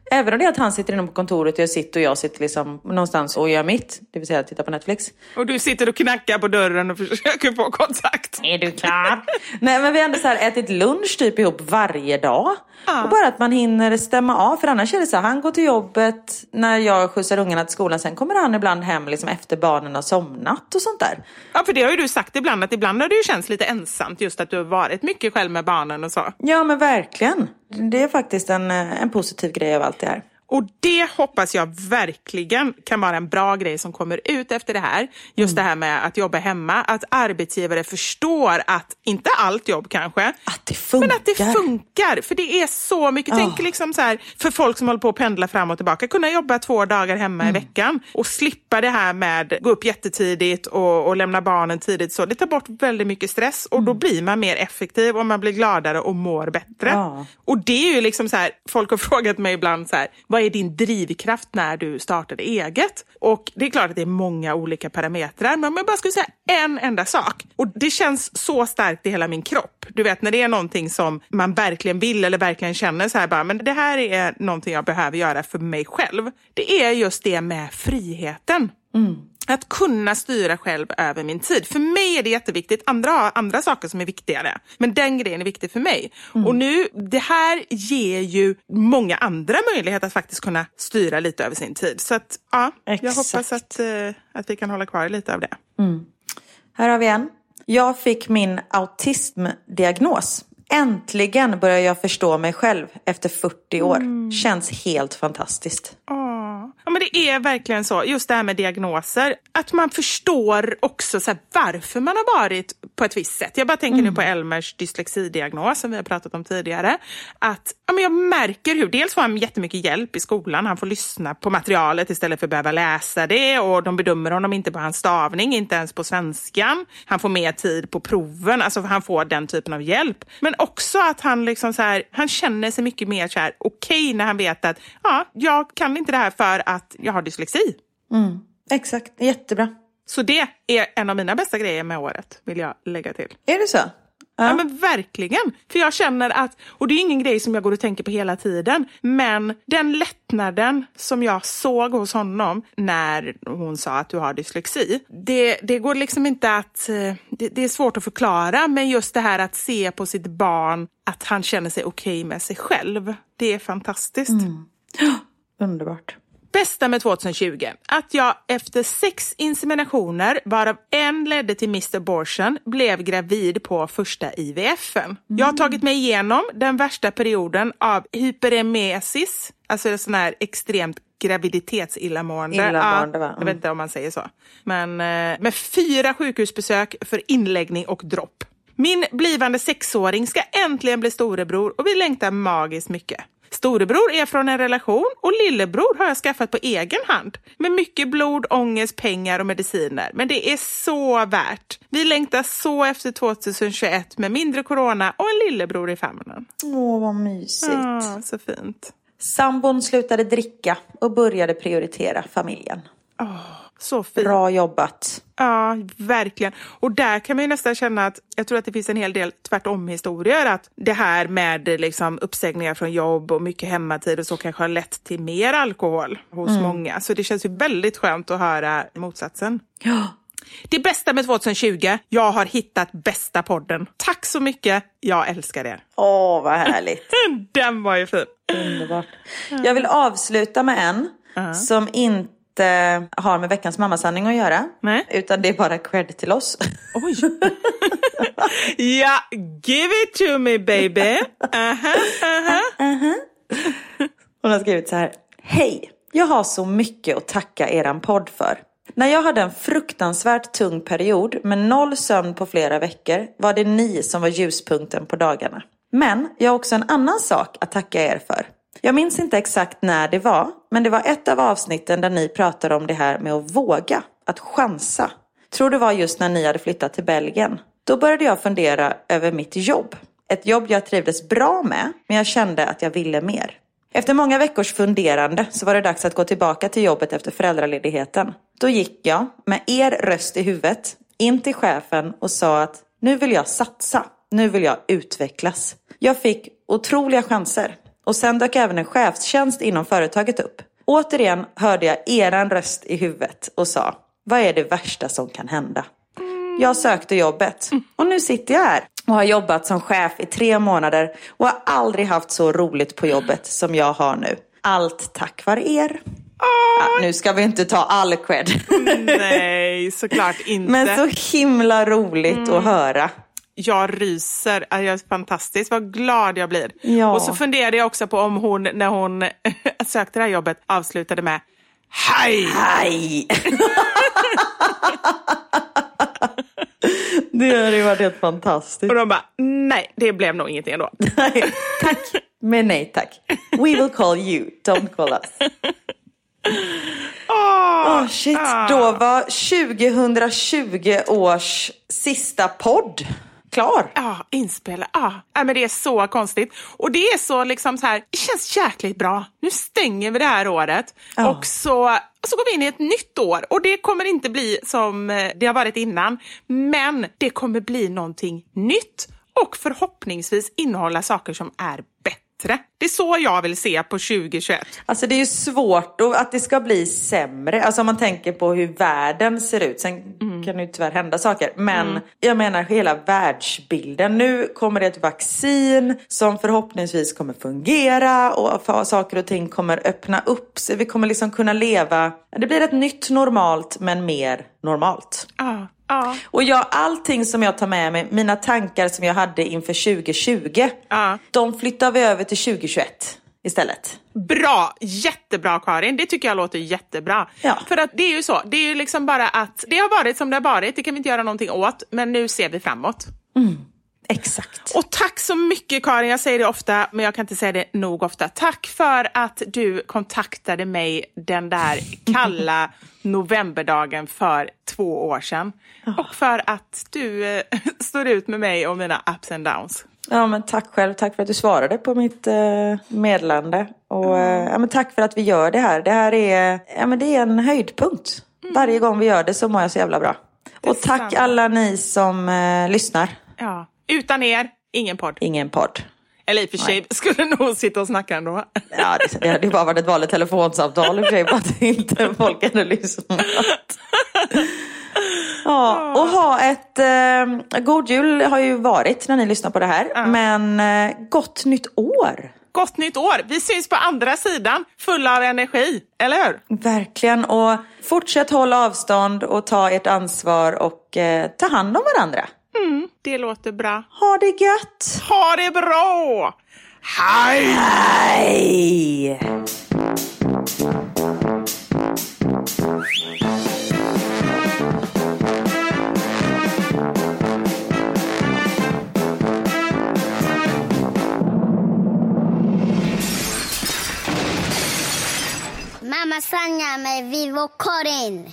Även om det är att han sitter inne på kontoret och jag sitter och jag sitter liksom någonstans och gör mitt. Det vill säga att titta på Netflix. Och du sitter och knackar på dörren och försöker få kontakt. Är du klar? Nej, men vi har ändå så här ätit lunch typ ihop varje dag. Ja. Och bara att man hinner stämma av. För annars är det så här, han går till jobbet när jag skjutsar ungarna till skolan. Sen kommer han ibland hem liksom efter barnen har somnat och sånt där. Ja, för det har ju du sagt ibland, att ibland har det ju känts lite ensamt just att du har varit mycket själv med barnen och så. Ja, men verkligen. Det är faktiskt en, en positiv grej av allt det här. Och det hoppas jag verkligen kan vara en bra grej som kommer ut efter det här. Just mm. det här med att jobba hemma. Att arbetsgivare förstår att, inte allt jobb kanske, att det funkar. Men att det funkar. För det är så mycket. Oh. Tänk liksom så här, för folk som håller på att pendla fram och tillbaka. Kunna jobba två dagar hemma mm. i veckan. Och slippa det här med gå upp jättetidigt och, och lämna barnen tidigt. Så det tar bort väldigt mycket stress. Och mm. då blir man mer effektiv och man blir gladare och mår bättre. Oh. Och det är ju liksom så här, folk har frågat mig ibland så här, vad är din drivkraft när du startade eget? Och det är klart att det är många olika parametrar, men om jag bara skulle säga en enda sak. Och det känns så starkt i hela min kropp. Du vet, när det är någonting som man verkligen vill eller verkligen känner så här bara, men det här är någonting jag behöver göra för mig själv. Det är just det med friheten. Mm. Att kunna styra själv över min tid. För mig är det jätteviktigt. Andra har andra saker som är viktigare. Men den grejen är viktig för mig. Mm. Och nu, det här ger ju många andra möjligheter att faktiskt kunna styra lite över sin tid. Så att, ja, Exakt. Jag hoppas att, uh, att vi kan hålla kvar lite av det. Mm. Här har vi en. Jag fick min autismdiagnos. Äntligen börjar jag förstå mig själv efter fyrtio år. Mm. Känns helt fantastiskt. Åh. Ja, men det är verkligen så. Just det här med diagnoser. Att man förstår också så här, varför man har varit på ett visst sätt. Jag bara tänker mm. nu på Elmers dyslexidiagnos som vi har pratat om tidigare. Att ja, men jag märker hur, dels får han jättemycket hjälp i skolan. Han får lyssna på materialet istället för att behöva läsa det. Och de bedömer honom inte på hans stavning, inte ens på svenskan. Han får mer tid på proven. Alltså han får den typen av hjälp. Men också att han liksom så här, han känner sig mycket mer så här okej okay, när han vet att ja, jag kan inte det här för att jag har dyslexi. Mm, exakt, jättebra. Så det är en av mina bästa grejer med året, vill jag lägga till. Är det så? Ja. Ja, men verkligen. För jag känner att, och det är ingen grej som jag går och tänker på hela tiden, men den lättnaden som jag såg hos honom när hon sa att du har dyslexi, det, det går liksom inte att, det, det är svårt att förklara, men just det här att se på sitt barn att han känner sig okej med sig själv, det är fantastiskt. Mm. Underbart. Bästa med tjugohundratjugo, att jag efter sex inseminationer, varav en ledde till Miss Abortion, blev gravid på första I V F:en. Mm. Jag har tagit mig igenom den värsta perioden av hyperemesis, alltså en sån här extremt graviditetsillamående. Illamående, va? Mm. Jag vet inte om man säger så. Men eh, med fyra sjukhusbesök för inläggning och dropp. Min blivande sexåring ska äntligen bli storebror och vi längtar magiskt mycket. Storebror är från en relation och lillebror har jag skaffat på egen hand. Med mycket blod, ångest, pengar och mediciner. Men det är så värt. Vi längtar så efter tjugohundratjugoett med mindre corona och en lillebror i famnen. Åh, vad mysigt. Ja, så fint. Sambon slutade dricka och började prioritera familjen. Åh, så fint. Bra jobbat. Ja, verkligen. Och där kan man ju nästan känna att jag tror att det finns en hel del tvärtom historier. Att det här med liksom uppsägningar från jobb och mycket hemmatid och så kanske har lett till mer alkohol hos mm. många. Så det känns ju väldigt skönt att höra motsatsen. Ja. Det bästa med tjugohundratjugo, jag har hittat bästa podden. Tack så mycket, jag älskar er. Åh, vad härligt. Den var ju fin. Underbart. Jag vill avsluta med en uh-huh. som inte har med veckans mammasanning att göra. Nej. Utan det är bara cred till oss. Oj. Ja, give it to me baby. Uh-huh, uh-huh. Uh-huh. Hon har skrivit så här. Hej, jag har så mycket att tacka eran podd för. När jag hade en fruktansvärt tung period med noll sömn på flera veckor var det ni som var ljuspunkten på dagarna. Men jag har också en annan sak att tacka er för. Jag minns inte exakt när det var, men det var ett av avsnitten där ni pratade om det här med att våga, att chansa. Tror det var just när ni hade flyttat till Belgien. Då började jag fundera över mitt jobb. Ett jobb jag trivdes bra med, men jag kände att jag ville mer. Efter många veckors funderande så var det dags att gå tillbaka till jobbet efter föräldraledigheten. Då gick jag, med er röst i huvudet, in till chefen och sa att nu vill jag satsa, nu vill jag utvecklas. Jag fick otroliga chanser. Och sen dök även en chefstjänst inom företaget upp. Återigen hörde jag eran röst i huvudet och sa, vad är det värsta som kan hända? Jag sökte jobbet och nu sitter jag här och har jobbat som chef i tre månader och har aldrig haft så roligt på jobbet som jag har nu. Allt tack vare er. Ja, nu ska vi inte ta all cred. Nej, såklart inte. Men så himla roligt mm. att höra. Jag ryser, jag är fantastiskt, vad glad jag blir. Ja. Och så funderade jag också på om hon, när hon sökte det här jobbet, avslutade med hej! Hej! Det hade ju varit helt fantastiskt. Och de bara, nej, det blev nog ingenting ändå. Nej, tack, men nej tack. We will call you, don't call us. Åh, oh, shit. Ah. Då var tjugohundratjugo års sista podd klar. Ja, ah, inspelad. Ja, ah. Men det är så konstigt. Och det är så liksom så här, det känns jäkligt bra. Nu stänger vi det här året. Ah. Och så, så går vi in i ett nytt år. Och det kommer inte bli som det har varit innan. Men det kommer bli någonting nytt. Och förhoppningsvis innehålla saker som är bättre. Det är så jag vill se på tjugohundratjugoett. Alltså det är ju svårt att det ska bli sämre. Alltså om man tänker på hur världen ser ut. Sen mm. kan det ju tyvärr hända saker. Men mm. jag menar hela världsbilden. Nu kommer det ett vaccin som förhoppningsvis kommer fungera. Och saker och ting kommer öppna upp. Så vi kommer liksom kunna leva. Det blir ett nytt normalt men mer normalt. Ja. Ah. Ja. Och jag, allting som jag tar med mig, mina tankar som jag hade inför tjugohundratjugo, ja. de flyttar vi över till tjugohundratjugoett istället. Bra, jättebra Karin, det tycker jag låter jättebra. Ja. För att det är ju så, det är ju liksom bara att det har varit som det har varit, det kan vi inte göra någonting åt, men nu ser vi framåt. Mm. Exakt. Och tack så mycket Karin, jag säger det ofta men jag kan inte säga det nog ofta. Tack för att du kontaktade mig den där kalla novemberdagen för två år sedan. Oh. Och för att du eh, står ut med mig och mina ups and downs. Ja men tack själv, tack för att du svarade på mitt eh, meddelande. Och eh, ja, men tack för att vi gör det här. Det här är, ja, men det är en höjdpunkt. Mm. Varje gång vi gör det så mår jag så jävla bra. Och tack sant. Alla ni som eh, lyssnar. Ja. Utan er, ingen podd. Ingen podd. Eller i och för sig skulle nog sitta och snacka ändå. Ja, det, det hade ju bara varit ett vanligt telefonsamtal i och för sig, bara att inte folk hade lyssnat. Ja, och ha ett eh, god jul har ju varit när ni lyssnar på det här. Ja. Men eh, gott nytt år. Gott nytt år. Vi syns på andra sidan, fulla av energi, eller hur? Verkligen, och fortsätt hålla avstånd och ta ert ansvar och eh, ta hand om varandra. Mm, det låter bra. Ha det gött. Ha det bra. Hej! Hej! Mamma Sanja med Vivo Karin.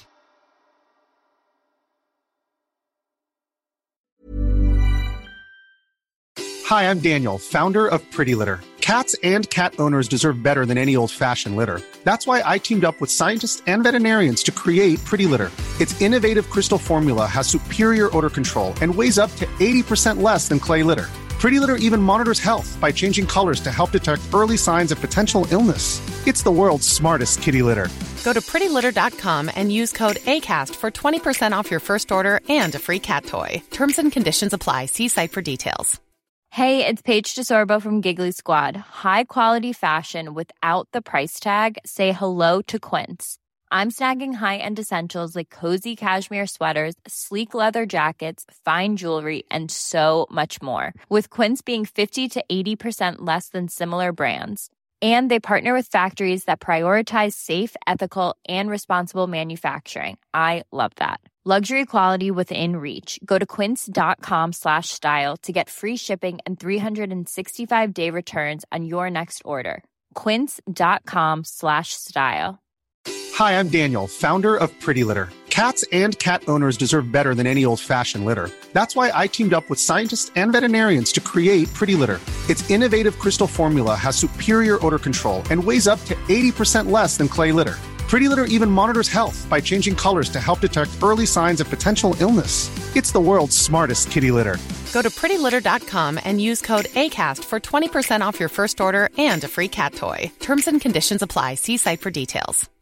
Hi, I'm Daniel, founder of Pretty Litter. Cats and cat owners deserve better than any old-fashioned litter. That's why I teamed up with scientists and veterinarians to create Pretty Litter. Its innovative crystal formula has superior odor control and weighs up to eighty percent less than clay litter. Pretty Litter even monitors health by changing colors to help detect early signs of potential illness. It's the world's smartest kitty litter. Go to pretty litter dot com and use code ACAST for twenty percent off your first order and a free cat toy. Terms and conditions apply. See site for details. Hey, it's Paige DeSorbo from Giggly Squad. High quality fashion without the price tag. Say hello to Quince. I'm snagging high-end essentials like cozy cashmere sweaters, sleek leather jackets, fine jewelry, and so much more. With Quince being fifty to eighty percent less than similar brands. And they partner with factories that prioritize safe, ethical, and responsible manufacturing. I love that. Luxury quality within reach. Go to quince dot com slash style to get free shipping and three sixty-five day returns on your next order. quince dot com slash style. Hi, I'm Daniel, founder of Pretty Litter. Cats and cat owners deserve better than any old-fashioned litter. That's why I teamed up with scientists and veterinarians to create Pretty Litter. Its innovative crystal formula has superior odor control and weighs up to eighty percent less than clay litter. Pretty Litter even monitors health by changing colors to help detect early signs of potential illness. It's the world's smartest kitty litter. Go to pretty litter dot com and use code ACAST for twenty percent off your first order and a free cat toy. Terms and conditions apply. See site for details.